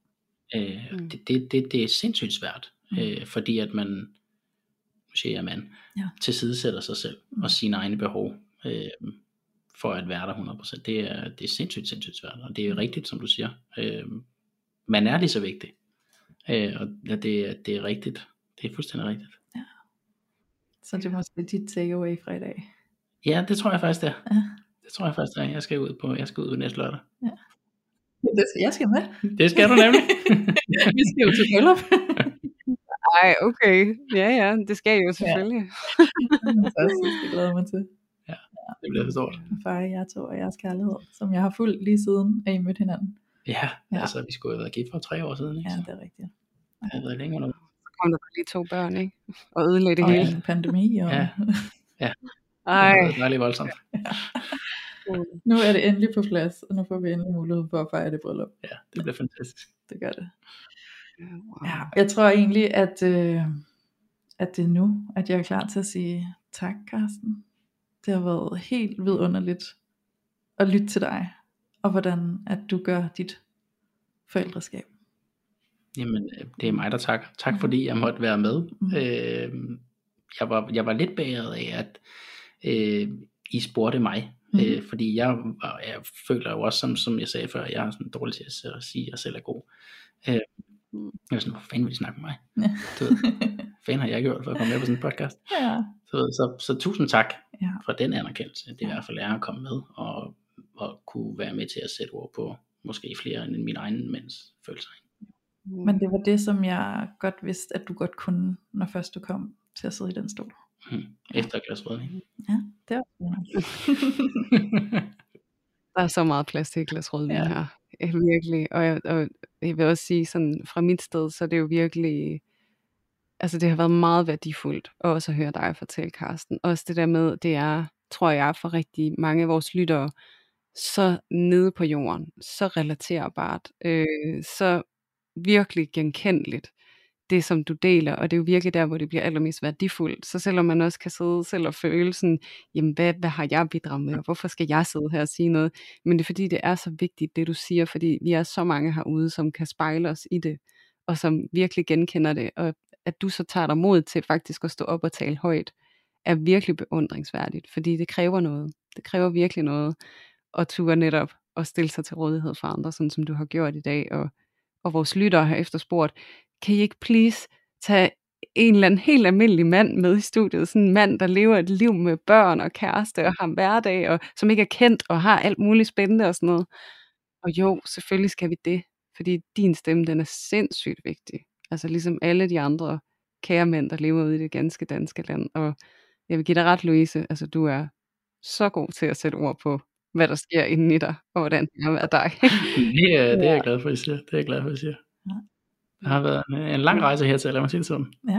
Det er sindssygt svært, fordi at man, nu siger jeg mand, tilsidesætter sig selv og sine egne behov, for at være der 100%. Det er sindssygt svært, og det er rigtigt, som du siger. Man er lige så vigtig, og det er rigtigt. Det er fuldstændig rigtigt. Så det er måske dit takeaway fra i dag. Ja, det tror jeg faktisk det er. Det tror jeg faktisk det er. Jeg skal ud næste lørdag. Jeg skal med. Det skal du nemlig. Vi skal jo til bryllup. Ej, okay. Ja, det skal jeg jo selvfølgelig. Det glæder mig til. Ja, det bliver stort. Far, jeg to og jeres kærlighed, som jeg har fulgt lige siden, at I mødte hinanden. Ja, altså vi skulle have været gift for 3 år siden, ikke? Ja, det er rigtigt. Det har været længere nu. Så kom der lige 2 børn, ikke? Og ødelagde det og hele. En pandemi. Og... Ja. Ej. Det er lidt voldsomt. Nu er det endelig på plads, og nu får vi endelig mulighed for at fejre det bryllup. Ja, det bliver fantastisk. Det gør det. Ja, jeg tror egentlig, at det er nu, at jeg er klar til at sige tak, Carsten. Det har været helt vidunderligt at lytte til dig, og hvordan at du gør dit forældreskab. Jamen, det er mig, der takker. Tak fordi jeg måtte være med. Jeg var lidt bæret af, at I spurgte mig. Fordi jeg føler jo også, som jeg sagde før, jeg er sådan dårlig til at sige, at jeg selv er god. Jeg er sådan, hvor fanden vil de snakke med mig? Du ved, fanden har jeg gjort for at komme med på sådan en podcast? Så tusind tak for den anerkendelse. Det i hvert fald er at komme med og kunne være med til at sætte ord på måske flere end mine egne mænds følelser. Men det var det, som jeg godt vidste, at du godt kunne, når først du kom til at sidde i den stol. Efter glas rødvin. Ja, det var Der er så meget plads til et glas rødvin her. Virkelig. Og jeg vil også sige, sådan fra mit sted, så er det jo virkelig altså det har været meget værdifuldt også at høre dig fortælle, Carsten. Også det der med, det er, tror jeg, for rigtig mange af vores lyttere, så nede på jorden, så relaterbart, så virkelig genkendeligt, det som du deler, og det er jo virkelig der, hvor det bliver allermest værdifuldt. Så selvom man også kan sidde selv og føle sådan, jamen hvad har jeg bidraget med, og hvorfor skal jeg sidde her og sige noget? Men det er fordi, det er så vigtigt, det du siger, fordi vi er så mange herude, som kan spejle os i det, og som virkelig genkender det, og at du så tager dig mod til faktisk at stå op og tale højt, er virkelig beundringsværdigt, fordi det kræver noget. Det kræver virkelig noget, at turde netop at stille sig til rådighed for andre, sådan som du har gjort i dag, og vores lyttere har efterspurgt, kan I ikke please tage en eller anden helt almindelig mand med i studiet, sådan en mand, der lever et liv med børn og kæreste, og har en hverdag, og som ikke er kendt, og har alt muligt spændende og sådan noget. Og jo, selvfølgelig skal vi det, fordi din stemme, den er sindssygt vigtig. Altså ligesom alle de andre kære mænd, der lever ude i det ganske danske land. Og jeg vil give dig ret, Louise, altså du er så god til at sætte ord på, hvad der sker inde i dig, og hvordan det har været dig. Det er jeg glad for, at I siger. Det er jeg glad for, at I siger. Det har været en lang rejse hertil, lad mig sige det sådan. Ja.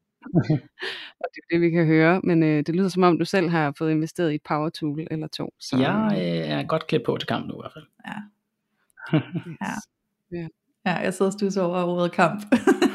Og det er det, vi kan høre, men det lyder som om, du selv har fået investeret i et power tool eller to. Så, jeg er godt klædt på til kamp nu i hvert fald. Ja. yes. Ja. Ja, jeg sidder og stusser over ordet kamp.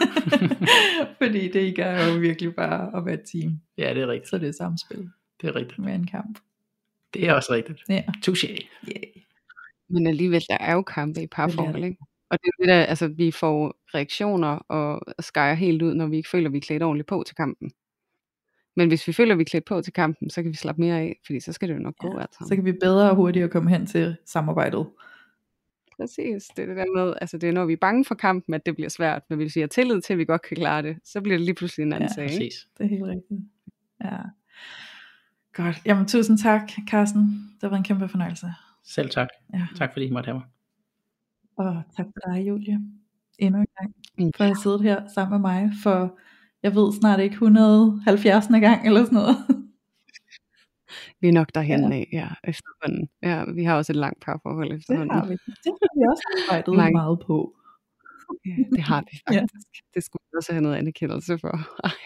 Fordi det ikke er jo virkelig bare at være et team. Ja, det er rigtigt. Så det er samspil. Det er rigtigt. Med en kamp. Det er også rigtigt. Ja. Touché. Yeah. Men alligevel, der er jo kampe i parforhold, ikke? Og det er det der, altså vi får reaktioner og skærer helt ud, når vi ikke føler, vi er klædt ordentligt på til kampen. Men hvis vi føler, vi er klædt på til kampen, så kan vi slappe mere af, fordi så skal det jo nok gå alt sammen. Så kan vi bedre og hurtigere komme hen til samarbejdet. Præcis, det er det der med, altså det er når vi er bange for kampen, at det bliver svært, men hvis vi har tillid til, at vi godt kan klare det, så bliver det lige pludselig en anden sag. Præcis. Det er helt rigtigt. Ja. Godt, jamen tusind tak, Carsten. Det har været en kæmpe fornøjelse. Selv tak. Ja. Tak fordi I måtte have mig. Og tak for dig, Julie. Endnu en gang. For at have siddet her sammen med mig for, jeg ved snart ikke, 170. gang eller sådan noget. Vi er nok derhen af, ja, efterhånden. Ja, vi har også et langt parforhold efterhånden. Det har vi. Det har vi også arbejdet meget på. Ja, det har vi faktisk. Ja. Det skulle vi også have noget anerkendelse for.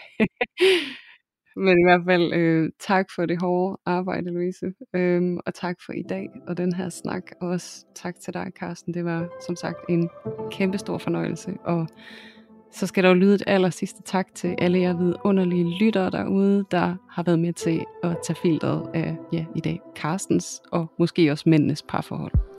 Men i hvert fald, tak for det hårde arbejde, Louise. Og tak for i dag og den her snak. Og også tak til dig, Carsten. Det var som sagt en kæmpe stor fornøjelse. Og så skal der jo lyde et aller sidste tak til alle jer vidunderlige lyttere derude, der har været med til at tage filteret af, ja, i dag, Carstens og måske også mændenes parforhold.